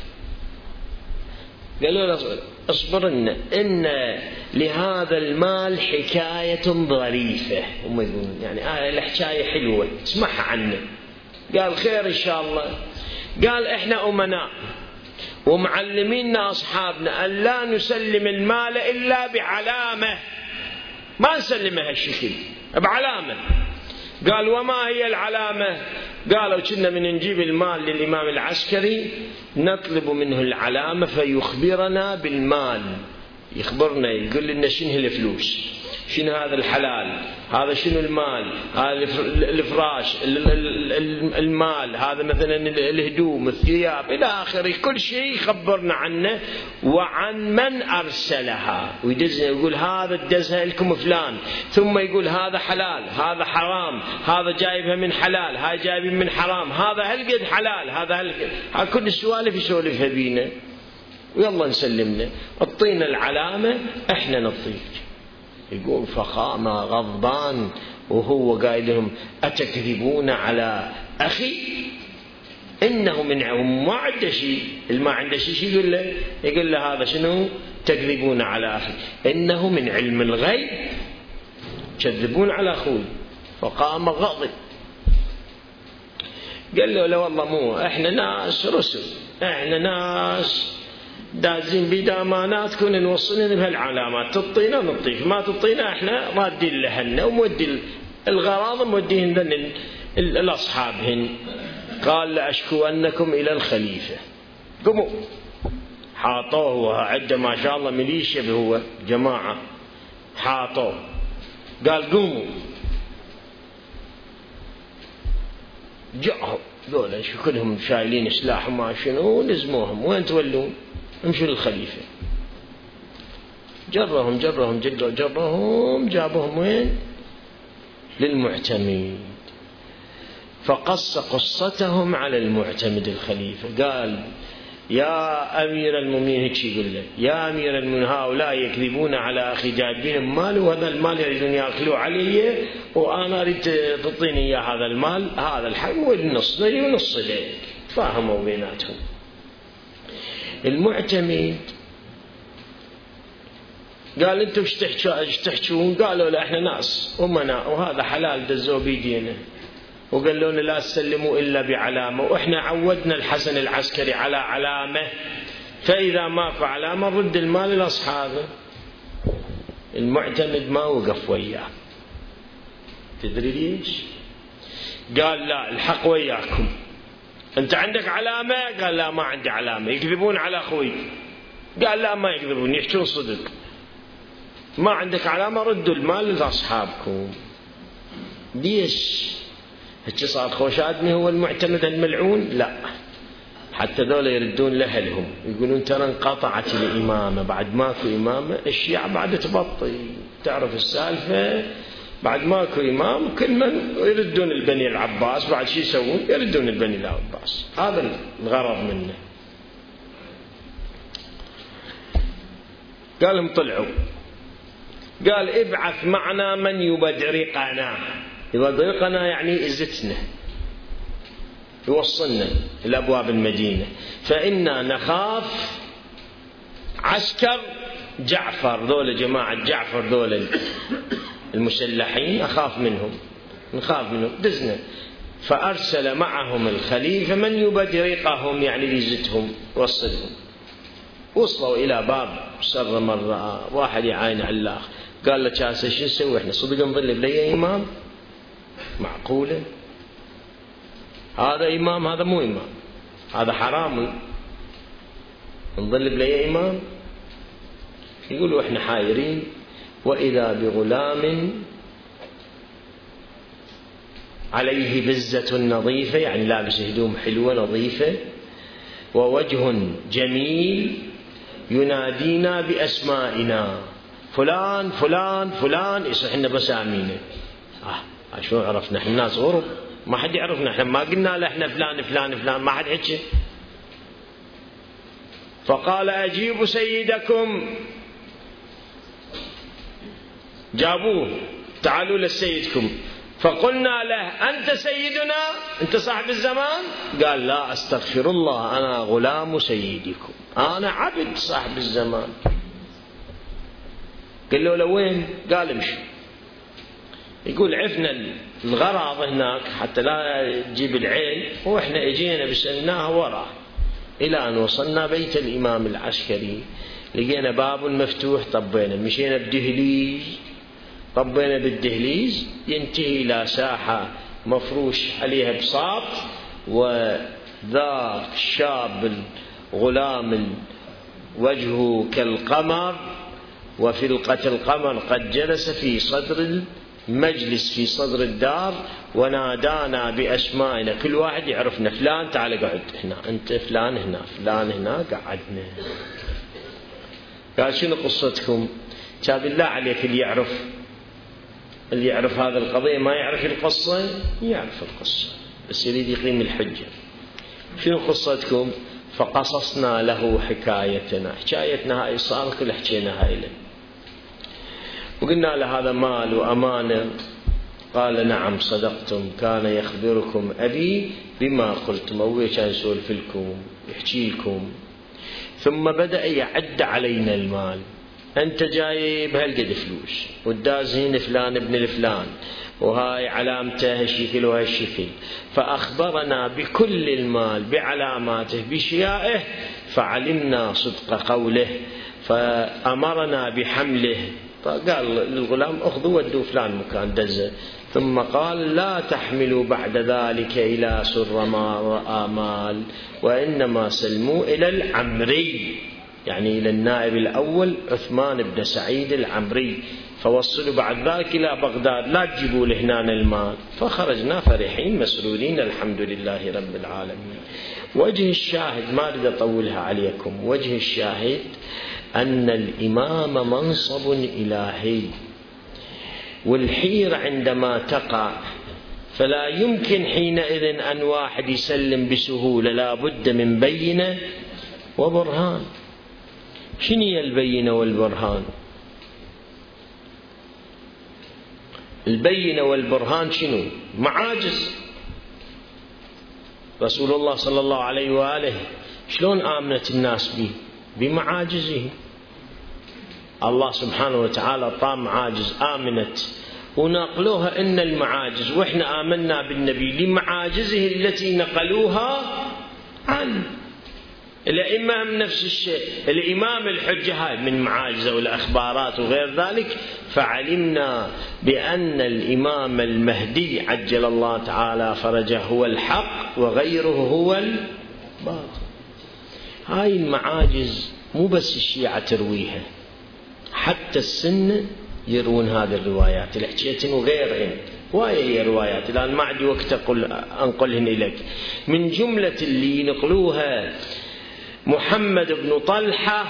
قالوا له اصبرنا إن لهذا المال حكاية ظريفة، هم يقولون يعني آه الحكاية حلوة اسمعها عنه. قال خير إن شاء الله. قال إحنا أمناء ومعلمينا أصحابنا أن لا نسلم المال إلا بعلامة، ما نسلمها هالشكل بعلامة. قال وما هي العلامة؟ قالوا كنا من نجيب المال للإمام العسكري نطلب منه العلامة فيخبرنا بالمال، يخبرنا يقول لنا شنو الفلوس، شنو هذا الحلال، هذا شنو المال، هذا الفراش المال، هذا مثلا الهدوم الثياب إلى آخره، كل شيء يخبرنا عنه وعن من أرسلها، ويدزنا يقول هذا دزها لكم فلان، ثم يقول هذا حلال هذا حرام، هذا جايبها من حلال هاي جايبها من حرام، هذا هالقد حلال هذا هالقد، ها كل السوالف يسولفها بينا ويلا نسلمنا، اعطينا العلامة احنا نطيك. يقول فقام غضبان وهو قايل لهم أتكذبون على أخي؟ إنه من عم ما عنده شيء، اللي ما عنده شيء يقول له يقول له هذا شنو تكذبون على أخي؟ إنه من علم الغيب، تكذبون على أخوي. فقام غضب قال له لا والله مو، احنا ناس رسل، احنا ناس دازين بيد امانات كنا نوصلن بهالعلامات، تعطينا نعطيك، ما تعطينا احنا رادين لهن ومودي الغراض موديهن ذن الاصحابهن. قال لأشكونكم إلى الخليفة. قموا حاطوه عدة ما شاء الله ميليشيا هو جماعة حاطوه. قال قوموا. جاءهم ذولا شو كلهم شايلين سلاح وما شنو ونزموهم. وين تولون؟ امشوا للخليفة. جرهم جرهم جرهم جرهم جابوهم وين؟ للمعتمد. فقص قصتهم على المعتمد الخليفة. قال يا أمير المؤمنين، هيك يقول له، يا أمير المؤمنين هؤلاء يكذبون على أخي جايبين مال وهذا المال يريدون يأكلوا علي وأنا أريد تعطيني إياه هذا المال، هذا الحق والنص لي ونص لك. فاهموا بيناتهم. المعتمد قال انتم ايش تحجون؟ قالوا لا احنا ناس امناء وهذا حلال دزوا بيدينا، وقالوا لنا لا تسلموا الا بعلامه، واحنا عودنا الحسن العسكري على علامه، فاذا ماكو علامه نرد المال لاصحابه. المعتمد ما وقف وياه. تدري ليش؟ قال لا الحق وياكم. انت عندك علامه؟ قال لا ما عندي علامه. يكذبون على اخوي؟ قال لا ما يكذبون، يحجون صدق. ما عندك علامة ردوا المال لأصحابكم. ليش؟ هيك صار خوش آدمي هو المعتمد الملعون؟ لا، حتى ذولا يردون لأهلهم يقولون ترى انقطعت الإمامة، بعد ماكو إمامة الشيعة بعد تبطي. تعرف السالفة؟ بعد ماكو إمام كل من يردون البني العباس، بعد شو يسوون؟ يردون البني العباس. هذا الغرض منه. قالهم طلعوا. قال ابعث معنا من يبدرقنا. يبدرقنا يعني إزتنا، يوصلنا إلى أبواب المدينة، فإنا نخاف عسكر جعفر. ذول جماعة جعفر ذول المسلحين أخاف منهم، نخاف منهم دزنا. فأرسل معهم الخليفة من يبدرقهم يعني يزتهم وصلهم. وصلوا إلى باب سر مرة واحد يعاين على الآخر. قال له جاسة شو نسوي احنا؟ صدق نظل بلي إمام؟ معقولة؟ هذا إمام هذا مو إمام، هذا حرام نظل بلي إمام. يقولوا احنا حايرين. وإذا بغلام عليه بزة نظيفة يعني لابس هدوم حلوة نظيفة، ووجه جميل ينادينا بأسمائنا، فلان فلان فلان، يصح لنا بسامينا. آه شو عرفنا احنا؟ الناس غرب، ما حد يعرفنا، احنا ما قلنا له احنا فلان فلان فلان، ما حد حكي. فقال أجيبوا سيدكم. جابوه، تعالوا لسيدكم. فقلنا له أنت سيدنا؟ أنت صاحب الزمان؟ قال لا أستغفر الله، أنا غلام سيدكم، أنا عبد صاحب الزمان. قال له لوين؟ قال امشي. يقول عفنا الغرض هناك حتى لا تجيب العين، وإحنا اجينا بسألناه وراه إلى أن وصلنا بيت الإمام العسكري. لقينا باب مفتوح، طبينا مشينا بدهليز، طبينا بالدهليز ينتهي إلى ساحة مفروش عليها بساط، وذاك الشاب الغلام وجهه كالقمر وفلقة القمر قد جلس في صدر المجلس في صدر الدار، ونادانا بأسمائنا، كل واحد يعرفنا، فلان تعال قعد هنا، أنت فلان هنا، فلان هنا، قعدنا. قال شنو قصتكم؟ قال بالله عليك اللي يعرف اللي يعرف هذا القضية ما يعرف القصة؟ يعرف القصة بس يريد يقيم الحجة. شنو قصتكم؟ فقصصنا له حكايتنا، حكايتنا هاي صار كل حكينا هاي له، وقلنا له هذا مال وأمانة. قال نعم صدقتم، كان يخبركم أبي بما قلتم، أبوي كان يسولف لكم يحكي لكم. ثم بدأ يعد علينا المال، أنت جايب هالقد فلوس، والدازين فلان ابن الفلان، وهاي علامته هالشكل وهالشكل. فأخبرنا بكل المال بعلاماته بشيائه، فعلمنا صدق قوله، فأمرنا بحمله قال للغلام اخذوا ودوا فلان مكان دزه، ثم قال لا تحملوا بعد ذلك إلى سر ما آمال وإنما سلموا إلى العمري، يعني إلى النائب الأول عثمان بن سعيد العمري، فوصلوا بعد ذلك إلى بغداد، لا تجيبوا لهنا المال. فخرجنا فرحين مسرورين الحمد لله رب العالمين. وجه الشاهد، ما أريد أطولها عليكم، وجه الشاهد أن الإمام منصب إلهي، والحيرة عندما تقع فلا يمكن حينئذ أن واحد يسلم بسهولة، لا بد من بينة وبرهان. شنو هي البينة والبرهان؟ البينة والبرهان شنو؟ معاجز رسول الله صلى الله عليه وآله شلون آمنت الناس به؟ بمعاجزه. الله سبحانه وتعالى طام معاجز آمنت، ونقلوها إن المعاجز، وإحنا آمنا بالنبي لمعاجزه التي نقلوها عنه. الإمام نفس الشيء، الإمام الحجة هاي من معاجزه والأخبارات وغير ذلك. فعلمنا بأن الإمام المهدي عجل الله تعالى فرجه هو الحق وغيره هو الباطل. هاي المعاجز مو بس الشيعة ترويها، حتى السنة يروون هذه الروايات الحجية وغيرهن، وهي هي روايات الآن ما عندي وقت أقول أنقلهن إليك. من جملة اللي نقلوها محمد بن طلحة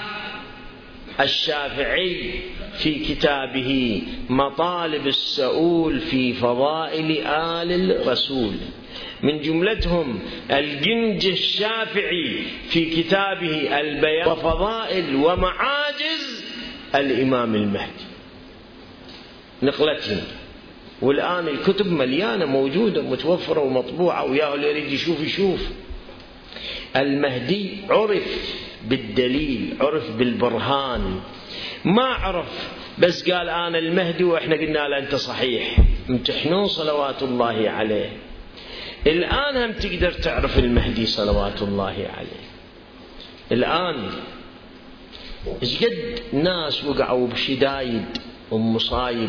الشافعي في كتابه مطالب السؤول في فضائل آل الرسول، من جملتهم الجنج الشافعي في كتابه البيان وفضائل ومعاجز الإمام المهدي، نقلتهم. والآن الكتب مليانة موجودة متوفرة ومطبوعة، وياه اللي يريد يشوف يشوف. المهدي عرف بالدليل، عرف بالبرهان، ما عرف بس قال أنا المهدي وإحنا قلنا له أنت صحيح، امتحنوه صلوات الله عليه. الآن هم تقدر تعرف المهدي صلوات الله عليه. الآن إيش قد ناس وقعوا بشدايد ومصايب،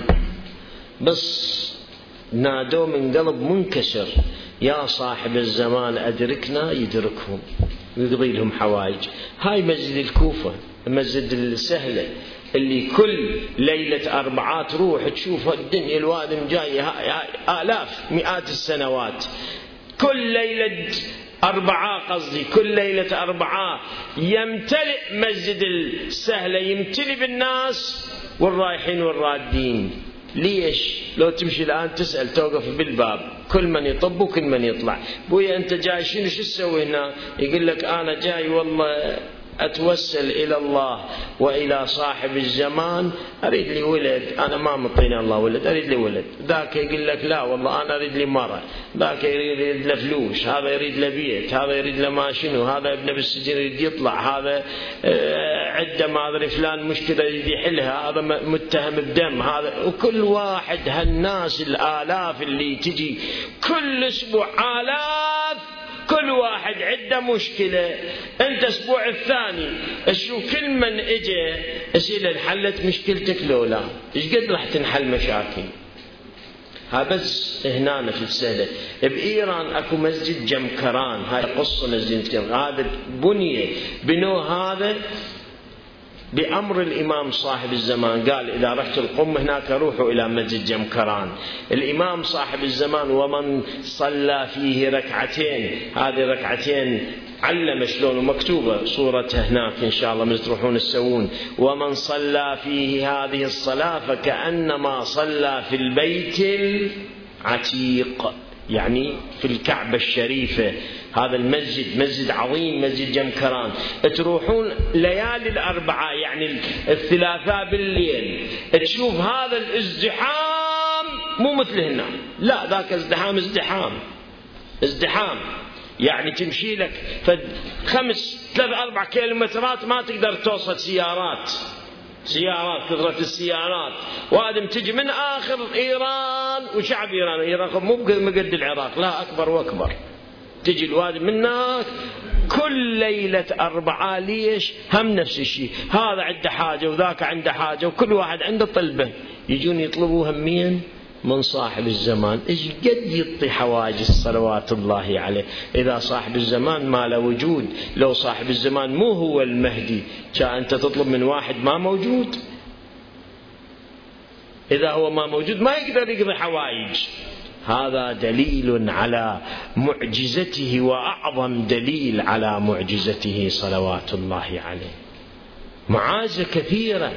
بس نادوا من قلب منكسر يا صاحب الزمان أدركنا، يدركهم ويقضي لهم حوائج. هاي مسجد الكوفة، مسجد السهلة، اللي كل ليلة أربعات روح تشوف الدنيا الوادم جاي آلاف مئات السنوات، كل ليلة أربعة قصدي كل ليلة أربعة يمتلئ مسجد السهلة، يمتلئ بالناس والرايحين والرادين. ليش؟ لو تمشي الآن تسأل توقف بالباب كل من يطب وكل من يطلع، بويا أنت جاي شنو شو تسوي هنا؟ يقول لك أنا جاي والله أتوسل إلى الله وإلى صاحب الزمان، أريد لي ولد، أنا ما مطيني الله ولد، أريد لي ولد. ذاك يقول لك لا والله أنا أريد لي مرة، ذاك يريد له فلوس، هذا يريد له بيت، هذا يريد له ما شنو، هذا ابنه بالسجن يريد يطلع، هذا عدة ما أدري فلان مشكلة يريد يحلها، هذا متهم بدم، هذا. وكل واحد هالناس الآلاف اللي تجي كل أسبوع آلاف، كل واحد عنده مشكلة. أنت أسبوع الثاني أشوف كل من إجا أسئلة انحلت مشكلتك لو لا، إيش قد راح تنحل مشاكل؟ ها بس هنا في السهلة. بإيران أكو مسجد جمكران، هاي قصة مسجد جمكران، هذا بنية بنو هذا بأمر الإمام صاحب الزمان، قال إذا رحت القم هناك روحوا إلى مسجد جمكران. الإمام صاحب الزمان ومن صلى فيه ركعتين، هذه ركعتين علم شلون ومكتوبة صورتها هناك إن شاء الله من تروحون تسوون. ومن صلى فيه هذه الصلاة فكأنما صلى في البيت العتيق، يعني في الكعبة الشريفة. هذا المسجد مسجد عظيم، مسجد جمكران. تروحون ليالي الأربعاء يعني الثلاثاء بالليل تشوف هذا الازدحام، مو مثل هنا، لا ذاك ازدحام ازدحام ازدحام، يعني تمشي لك خمس ثلاث أربع كيلومترات ما تقدر توصل سيارات سيارات كثرة السيارات، وادم تجي من آخر إيران. وشعب إيران إيران مو بقد العراق، لا أكبر وأكبر، تجي الوادي من هناك كل ليلة أربعة. ليش؟ هم نفس الشيء، هذا عنده حاجة وذاك عنده حاجة وكل واحد عنده طلبة، يجون يطلبوها مين؟ من صاحب الزمان. إيش قد يعطي حواجز صلوات الله عليه. إذا صاحب الزمان ما له وجود، لو صاحب الزمان مو هو المهدي كان أنت تطلب من واحد ما موجود. إذا هو ما موجود ما يقدر يقضي حوائج. هذا دليل على معجزته، وأعظم دليل على معجزته صلوات الله عليه. معاجزة كثيرة.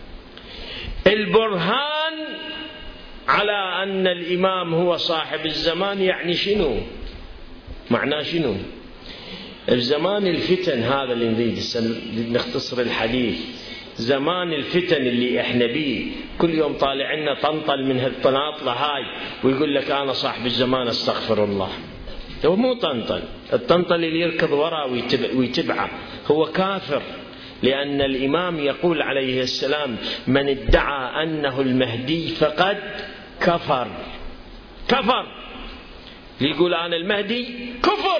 البرهان على أن الإمام هو صاحب الزمان يعني شنو؟ معناه شنو؟ الزمان الفتن هذا اللي نريد نختصر الحديث، زمان الفتن اللي احنا بيه، كل يوم طالع لنا طنطل من هالطناطلة هاي ويقول لك أنا صاحب الزمان استغفر الله. هو مو طنطل، الطنطل اللي يركض وراه ويتبعه هو كافر، لأن الإمام يقول عليه السلام من ادعى أنه المهدي فقد كفر. كفر اللي يقول أنا المهدي كفر.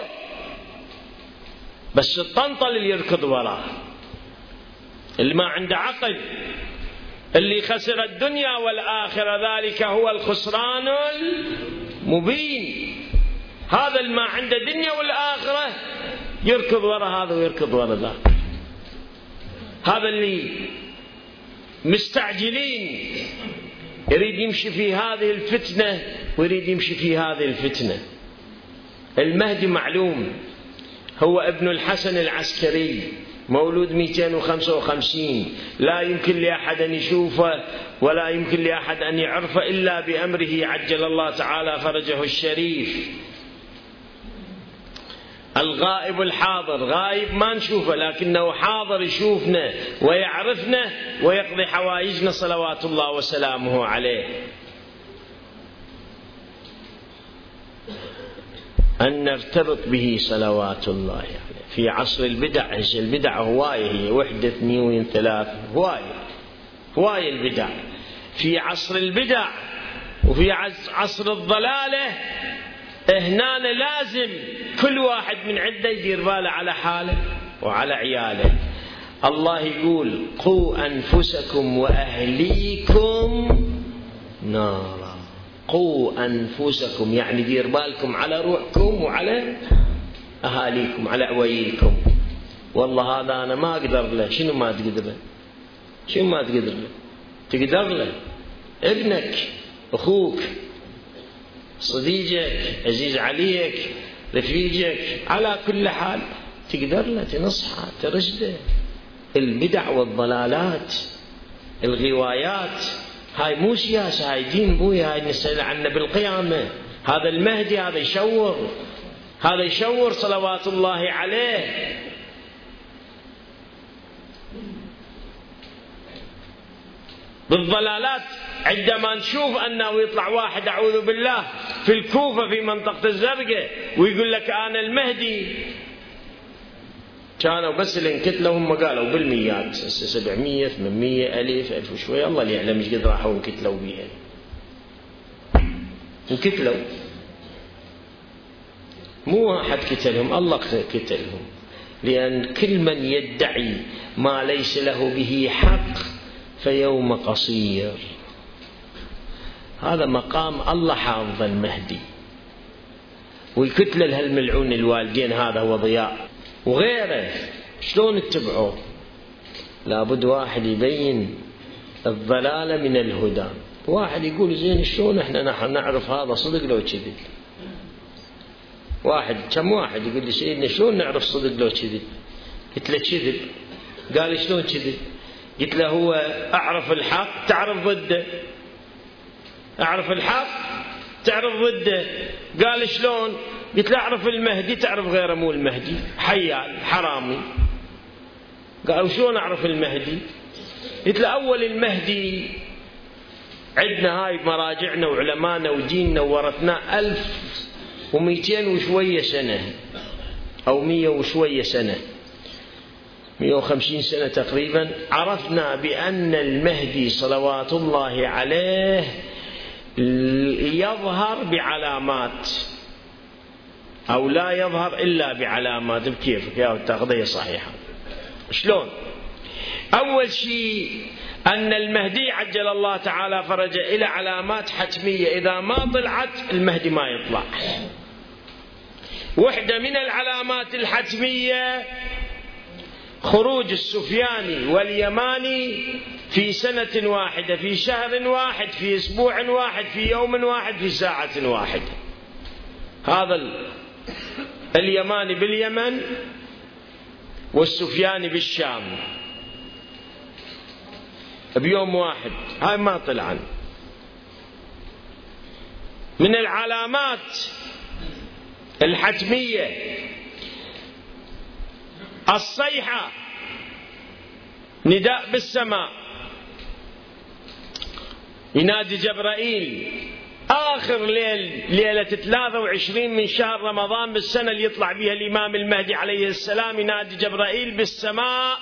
بس الطنطل اللي يركض وراه، اللي ما عنده عقل، اللي خسر الدنيا والآخرة، ذلك هو الخسران المبين. هذا اللي ما عنده دنيا والآخرة يركض ورا هذا ويركض ورا ذاك. هذا اللي مستعجلين يريد يمشي في هذه الفتنة ويريد يمشي في هذه الفتنة. المهدي معلوم، هو ابن الحسن العسكري، مولود مئتين وخمسة وخمسين، لا يمكن لأحد أن يشوفه ولا يمكن لأحد أن يعرفه إلا بأمره عجل الله تعالى فرجه الشريف. الغائب الحاضر، غايب ما نشوفه لكنه حاضر يشوفنا ويعرفنا ويقضي حوائجنا صلوات الله وسلامه عليه. أن نرتبط به صلوات الله عليه. في عصر البدع، البدع هواية، هي وحدة اثنين ثلاث، هواية هواية البدع. في عصر البدع وفي عصر الضلالة هنا لازم كل واحد من عنده يدير باله على حاله وعلى عياله. الله يقول قوا أنفسكم وأهليكم نارا. قوا أنفسكم يعني دير بالكم على روحكم وعلى أهاليكم، على عويلكم. والله هذا أنا ما أقدر له. شنو ما تقدر له؟ شنو ما تقدر له؟ تقدر له ابنك، أخوك، صديقك، عزيز عليك، رفيقك، على كل حال تقدر له، تنصحه، ترشده. البدع والضلالات، الغوايات، هاي مو سياسة، هاي دين بويا، هاي نسأل عنه بالقيامة. هذا المهدي هذا يشور، هذا يشور صلوات الله عليه. بالضلالات عندما نشوف أنه يطلع واحد أعوذ بالله في الكوفة في منطقة الزرقاء ويقول لك أنا المهدي، كانوا بس اللي انكتلوا هم قالوا بالميات، سبعمية ثمانمية ألف ألف وشوية، الله اللي يعلم ايش قد راحوا انكتلوا بيها. انكتلوا مو واحد كتلهم، الله كتلهم. لأن كل من يدعي ما ليس له به حق فيوم قصير. هذا مقام الله حافظ المهدي ويكتل هالملعون الوالدين، هذا هو ضياء وغيره. شلون اتبعوه؟ لابد واحد يبين الضلالة من الهدى. واحد يقول زين شلون احنا نحن نعرف هذا صدق لو كذب؟ واحد كم واحد يقول لي سيدنا شلون نعرف صدق لو كذب؟ قلت له كذب. قال لي شلون كذب؟ قلت له هو أعرف الحق تعرف ضده، أعرف الحق تعرف ضده. قال شلون؟ قلت له أعرف المهدي تعرف غيره مو المهدي، حيال حرامي. قال وشلون أعرف المهدي؟ قلت له أول المهدي عندنا هاي مراجعنا وعلمانا وديننا وورثنا ألف ومئتين وشوية سنة أو مية وشوية سنة، مئة وخمسين سنة تقريبا. عرفنا بأن المهدي صلوات الله عليه يظهر بعلامات. أو لا يظهر إلا بعلامات. بكيفك يا التغذية صحيحة. شلون؟ أول شيء أن المهدي عجل الله تعالى فرجه إلى علامات حتمية، إذا ما طلعت المهدي ما يطلع. واحدة من العلامات الحتمية خروج السفياني واليماني في سنة واحدة، في شهر واحد، في أسبوع واحد، في يوم واحد، في ساعة واحدة. هذا اليماني باليمن والسفياني بالشام بيوم واحد، هاي ما طلعن. من العلامات الحتمية الصيحة، نداء بالسماء، ينادي جبرائيل آخر ليل ليلة ثلاثة وعشرين من شهر رمضان بالسنة اللي يطلع بها الإمام المهدي عليه السلام، ينادي جبرائيل بالسماء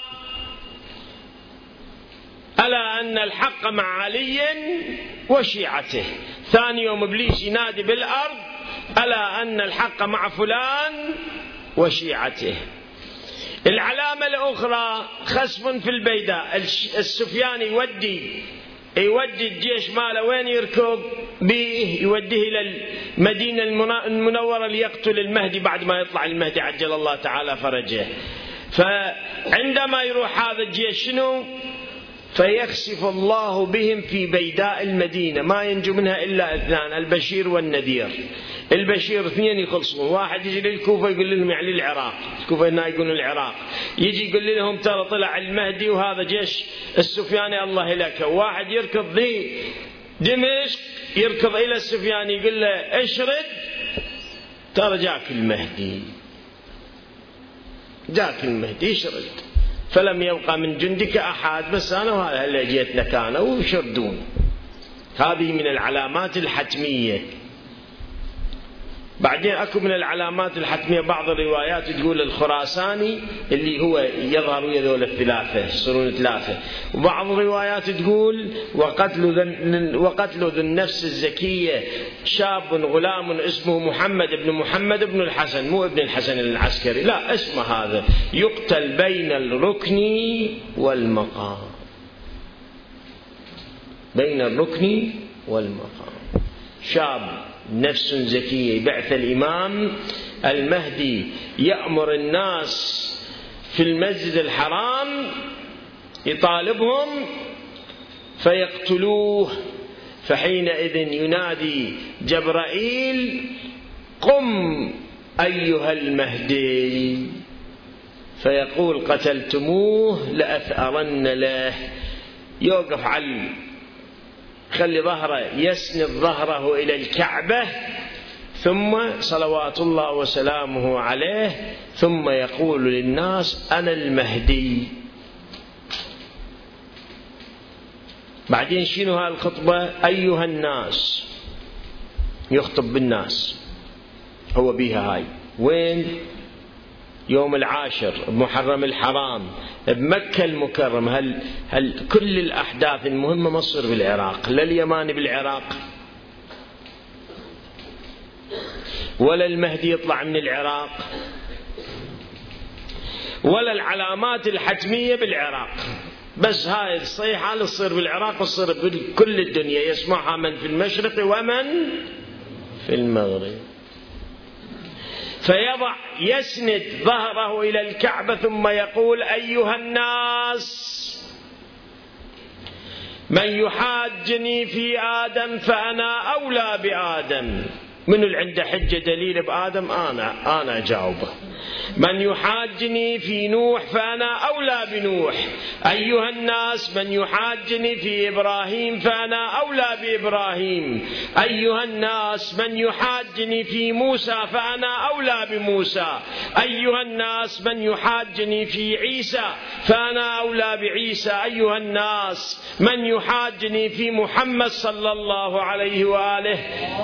ألا أن الحق مع علي وشيعته. ثاني يوم إبليس ينادي بالأرض ألا أن الحق مع فلان وشيعته. العلامة الأخرى خسف في البيداء، السفياني يودي يودي الجيش ماله وين يركض به؟ يوديه إلى المدينة المنورة ليقتل المهدي بعد ما يطلع المهدي عجل الله تعالى فرجه. فعندما يروح هذا الجيش شنو؟ فيخسف الله بهم في بيداء المدينة، ما ينجو منها إلا اثنان، البشير والنذير. البشير اثنين يخلصون، واحد يجي للكوفة يقول لهم يعني للعراق، الكوفة هنا يقولون العراق، يجي يقول لهم ترى طلع المهدي وهذا جيش السفياني الله لك. واحد يركض ذي دمشق يركض إلى السفياني يقول له اشرد ترى جاك المهدي، جاك المهدي اشرد، فلم يبقى من جندك أحد، بس أنا وهذا اللي جيت لك أنا وشردون. هذه من العلامات الحتمية. بعدين أكو من العلامات الحتمية بعض الروايات تقول الخراساني اللي هو يظهر ويا ذول الثلاثة يصيرون ثلاثة، وبعض الروايات تقول وقتل ذن وقتل ذو النفس الزكية شاب غلام اسمه محمد بن محمد بن الحسن، مو ابن الحسن العسكري، لا اسمه هذا، يقتل بين الركن والمقام، بين الركن والمقام. شاب نفس زكية بعث الإمام المهدي يأمر الناس في المسجد الحرام يطالبهم فيقتلوه، فحينئذ ينادي جبرائيل قم أيها المهدي، فيقول قتلتموه لأثأرن له، يوقف على خلي ظهره يسند ظهره إلى الكعبة، ثم صلوات الله وسلامه عليه، ثم يقول للناس أنا المهدي. بعدين شنو هالخطبة؟ أيها الناس، يخطب بالناس هو بيها هاي وين؟ يوم العاشر بمحرم الحرام بمكة المكرمة. هل, هل كل الأحداث المهمة ما تصير بالعراق، لا اليماني بالعراق ولا المهدي يطلع من العراق ولا العلامات الحتمية بالعراق، بس هاي الصيحة اللي تصير بالعراق تصير بكل الدنيا، يسمعها من في المشرق ومن في المغرب. فيضع يسند ظهره إلى الكعبة ثم يقول أيها الناس من يحاجني في آدم فأنا أولى بآدم. من اللي عنده حجة دليل بآدم أنا أنا أجاوبه. من يحاجني في نوح فأنا أولى بنوح. أيها الناس من يحاجني في إبراهيم فأنا أولى بإبراهيم. أيها الناس من يحاجني في موسى فأنا أولى بموسى. أيها الناس من يحاجني في عيسى فأنا أولى بعيسى. أيها الناس من يحاجني في محمد صلى الله عليه وآله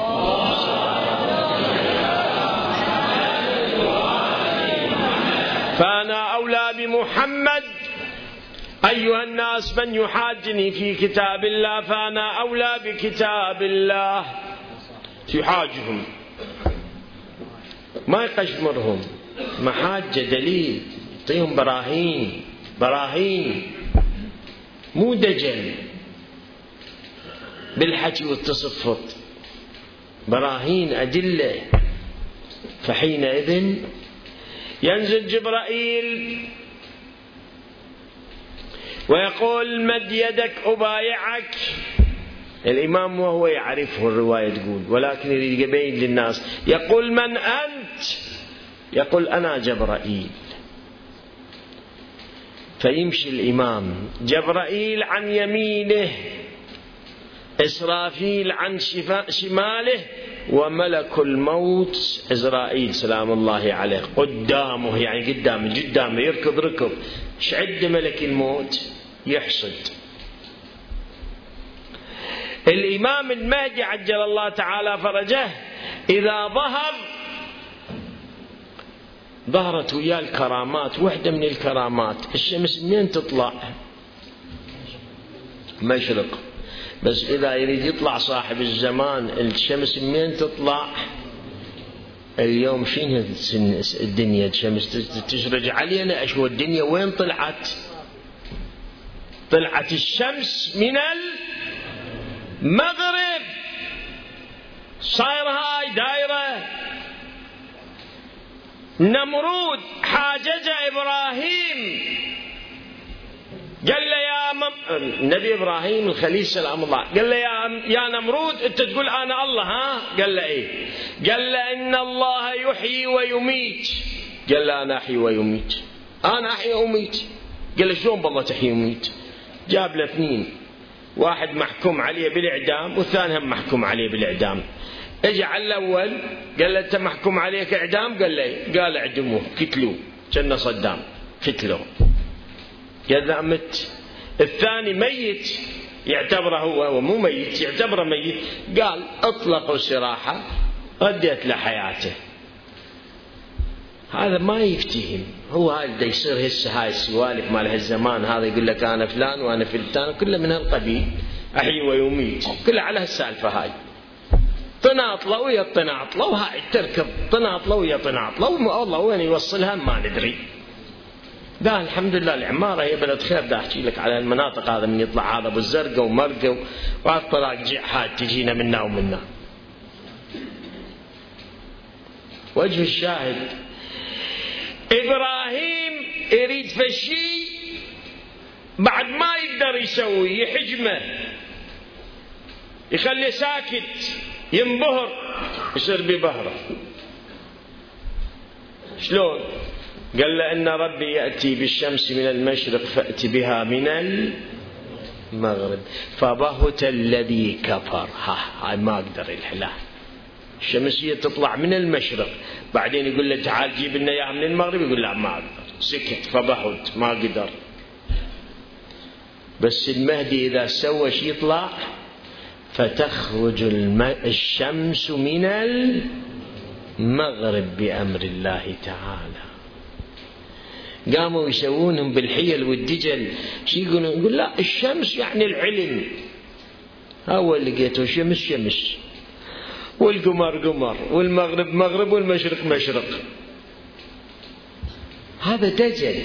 فأنا أولى بمحمد. أيها الناس من يحاجني في كتاب الله فأنا أولى بكتاب الله. يحاجهم ما يقشمرهم، محاجة دليل، يعطيهم براهين براهين، مو دجل بالحكي والتصفط، براهين أدلة. فحينئذ ينزل جبرائيل ويقول مد يدك أبايعك. الإمام وهو يعرفه الرواية تقول، ولكن يريد يبين للناس، يقول من أنت؟ يقول أنا جبرائيل. فيمشي الإمام، جبرائيل عن يمينه، إسرافيل عن شماله، وملك الموت عزرائيل سلام الله عليه قدامه، يعني قدامه قدامه يركض ركض. شعد ملك الموت يحصد. الإمام المهدي عجل الله تعالى فرجه إذا ظهر ظهرت وياه الكرامات. واحدة من الكرامات الشمس منين تطلع؟ مشرق. بس إذا يريد يطلع صاحب الزمان الشمس منين تطلع؟ اليوم شنو الدنيا الشمس تشرج علينا، أشوى الدنيا وين طلعت؟ طلعت الشمس من المغرب، صاير هاي دايرة. نمرود حاجج إبراهيم، قال له يا مم... النبي إبراهيم الخليل سلام الله، قال له يا, يا نمرود أنت تقول أنا الله ها؟ قال له إيه؟ قال له إن الله يحيي ويميت. قال له أنا أحيي ويميت، أنا أحيي وأميت. قال له شلون بالله تحيي وميت؟ جاب له اثنين، واحد محكوم عليه بالإعدام والثاني هم محكوم عليه بالإعدام. اجى على الأول قال له أنت محكوم عليك إعدام؟ قال له قال اعدموه قتلوه، كنا صدام قتلوه. قال له مت. الثاني ميت يعتبره هو, هو مو ميت يعتبره ميت، قال اطلقوا سراحه رديت له حياته. هذا ما يفتهم، هو هذا يصير هسه هاي السوالف مال هالزمان هذا يقول لك انا فلان وانا فلان كله من هالقبيل، احيي ويميت كله على هالسالفه هاي. طناطله ويا طناطله وهاي تركب طناطله ويا طناطله، والله وين يوصلها ما ندري. ده الحمد لله العمارة هي بلد خير. ده أحكي لك على المناطق هذا من يطلع هذا أبو الزرقاء ومرقة وهالطلاق جحات تجينا منا ومنا. وجه الشاهد إبراهيم يريد فشي بعد ما يقدر يسوي، يحجمه يخليه ساكت ينبهر يصير ببهره. شلون؟ قال له إن ربي يأتي بالشمس من المشرق فأت بها من المغرب فبهت الذي كفر. ها هاي ما أقدر الحلا، الشمسية تطلع من المشرق بعدين يقول له تعال جيب لنا إياها من المغرب، يقول لا ما أقدر، سكت فبهت ما قدر. بس المهدي إذا سوى شي يطلع فتخرج الشمس من المغرب بأمر الله تعالى. قاموا يسوونهم بالحيل والدجل، شي يقولون؟ يقول لا الشمس يعني العلم، هو اللي لقيته شمس شمس والقمر قمر والمغرب مغرب والمشرق مشرق. هذا دجل،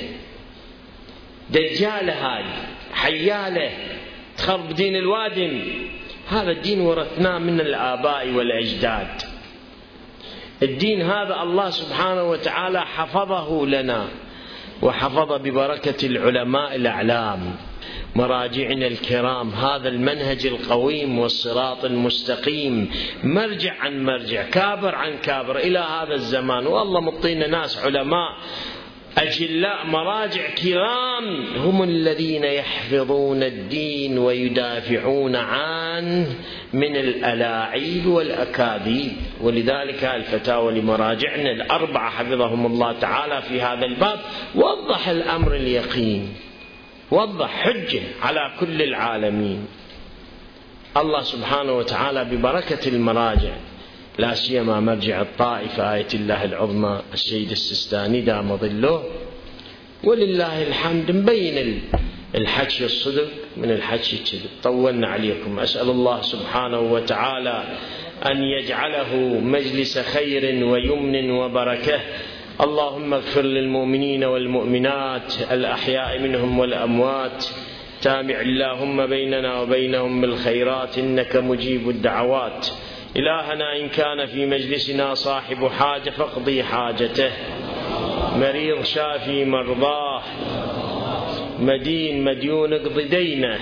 دجالة هاي حيالة تخرب دين الوادم. هذا الدين ورثناه من الآباء والأجداد. الدين هذا الله سبحانه وتعالى حفظه لنا، وحفظ ببركة العلماء الأعلام مراجعنا الكرام هذا المنهج القويم والصراط المستقيم، مرجع عن مرجع كابر عن كابر إلى هذا الزمان. والله مطينا ناس علماء أجلاء مراجع كرام هم الذين يحفظون الدين ويدافعون عنه من الألاعيب والأكاذيب. ولذلك الفتاوى لمراجعنا الأربعة حفظهم الله تعالى في هذا الباب وضح الأمر اليقين، وضح حجة على كل العالمين. الله سبحانه وتعالى ببركة المراجع لا سيما مرجع الطائفة آية الله العظمى السيد السستاني دام ظله ولله الحمد مبين الحكي الصدق من الحكي الكذب. طولنا عليكم، أسأل الله سبحانه وتعالى أن يجعله مجلس خير ويمن وبركة. اللهم اغفر للمؤمنين والمؤمنات الأحياء منهم والأموات. تابع اللهم بيننا وبينهم بالخيرات إنك مجيب الدعوات. إلهنا إن كان في مجلسنا صاحب حاجة فاقضي حاجته، مريض شافي مرضاه، مدين مديون اقض دينه.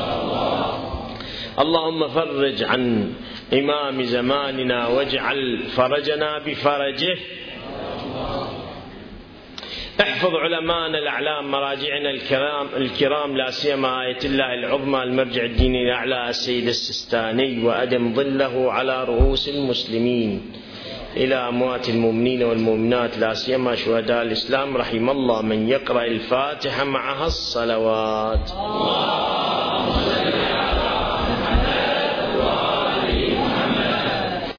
اللهم فرج عن إمام زماننا واجعل فرجنا بفرجه. احفظ علماءنا الأعلام مراجعنا الكرام الكرام لا سيما آية الله العظمى المرجع الديني الأعلى السيد السستاني، وأدم ظله على رؤوس المسلمين. إلى أموات المؤمنين والمؤمنات لا سيما شهداء الإسلام رحم الله من يقرأ الفاتحة معها الصلوات.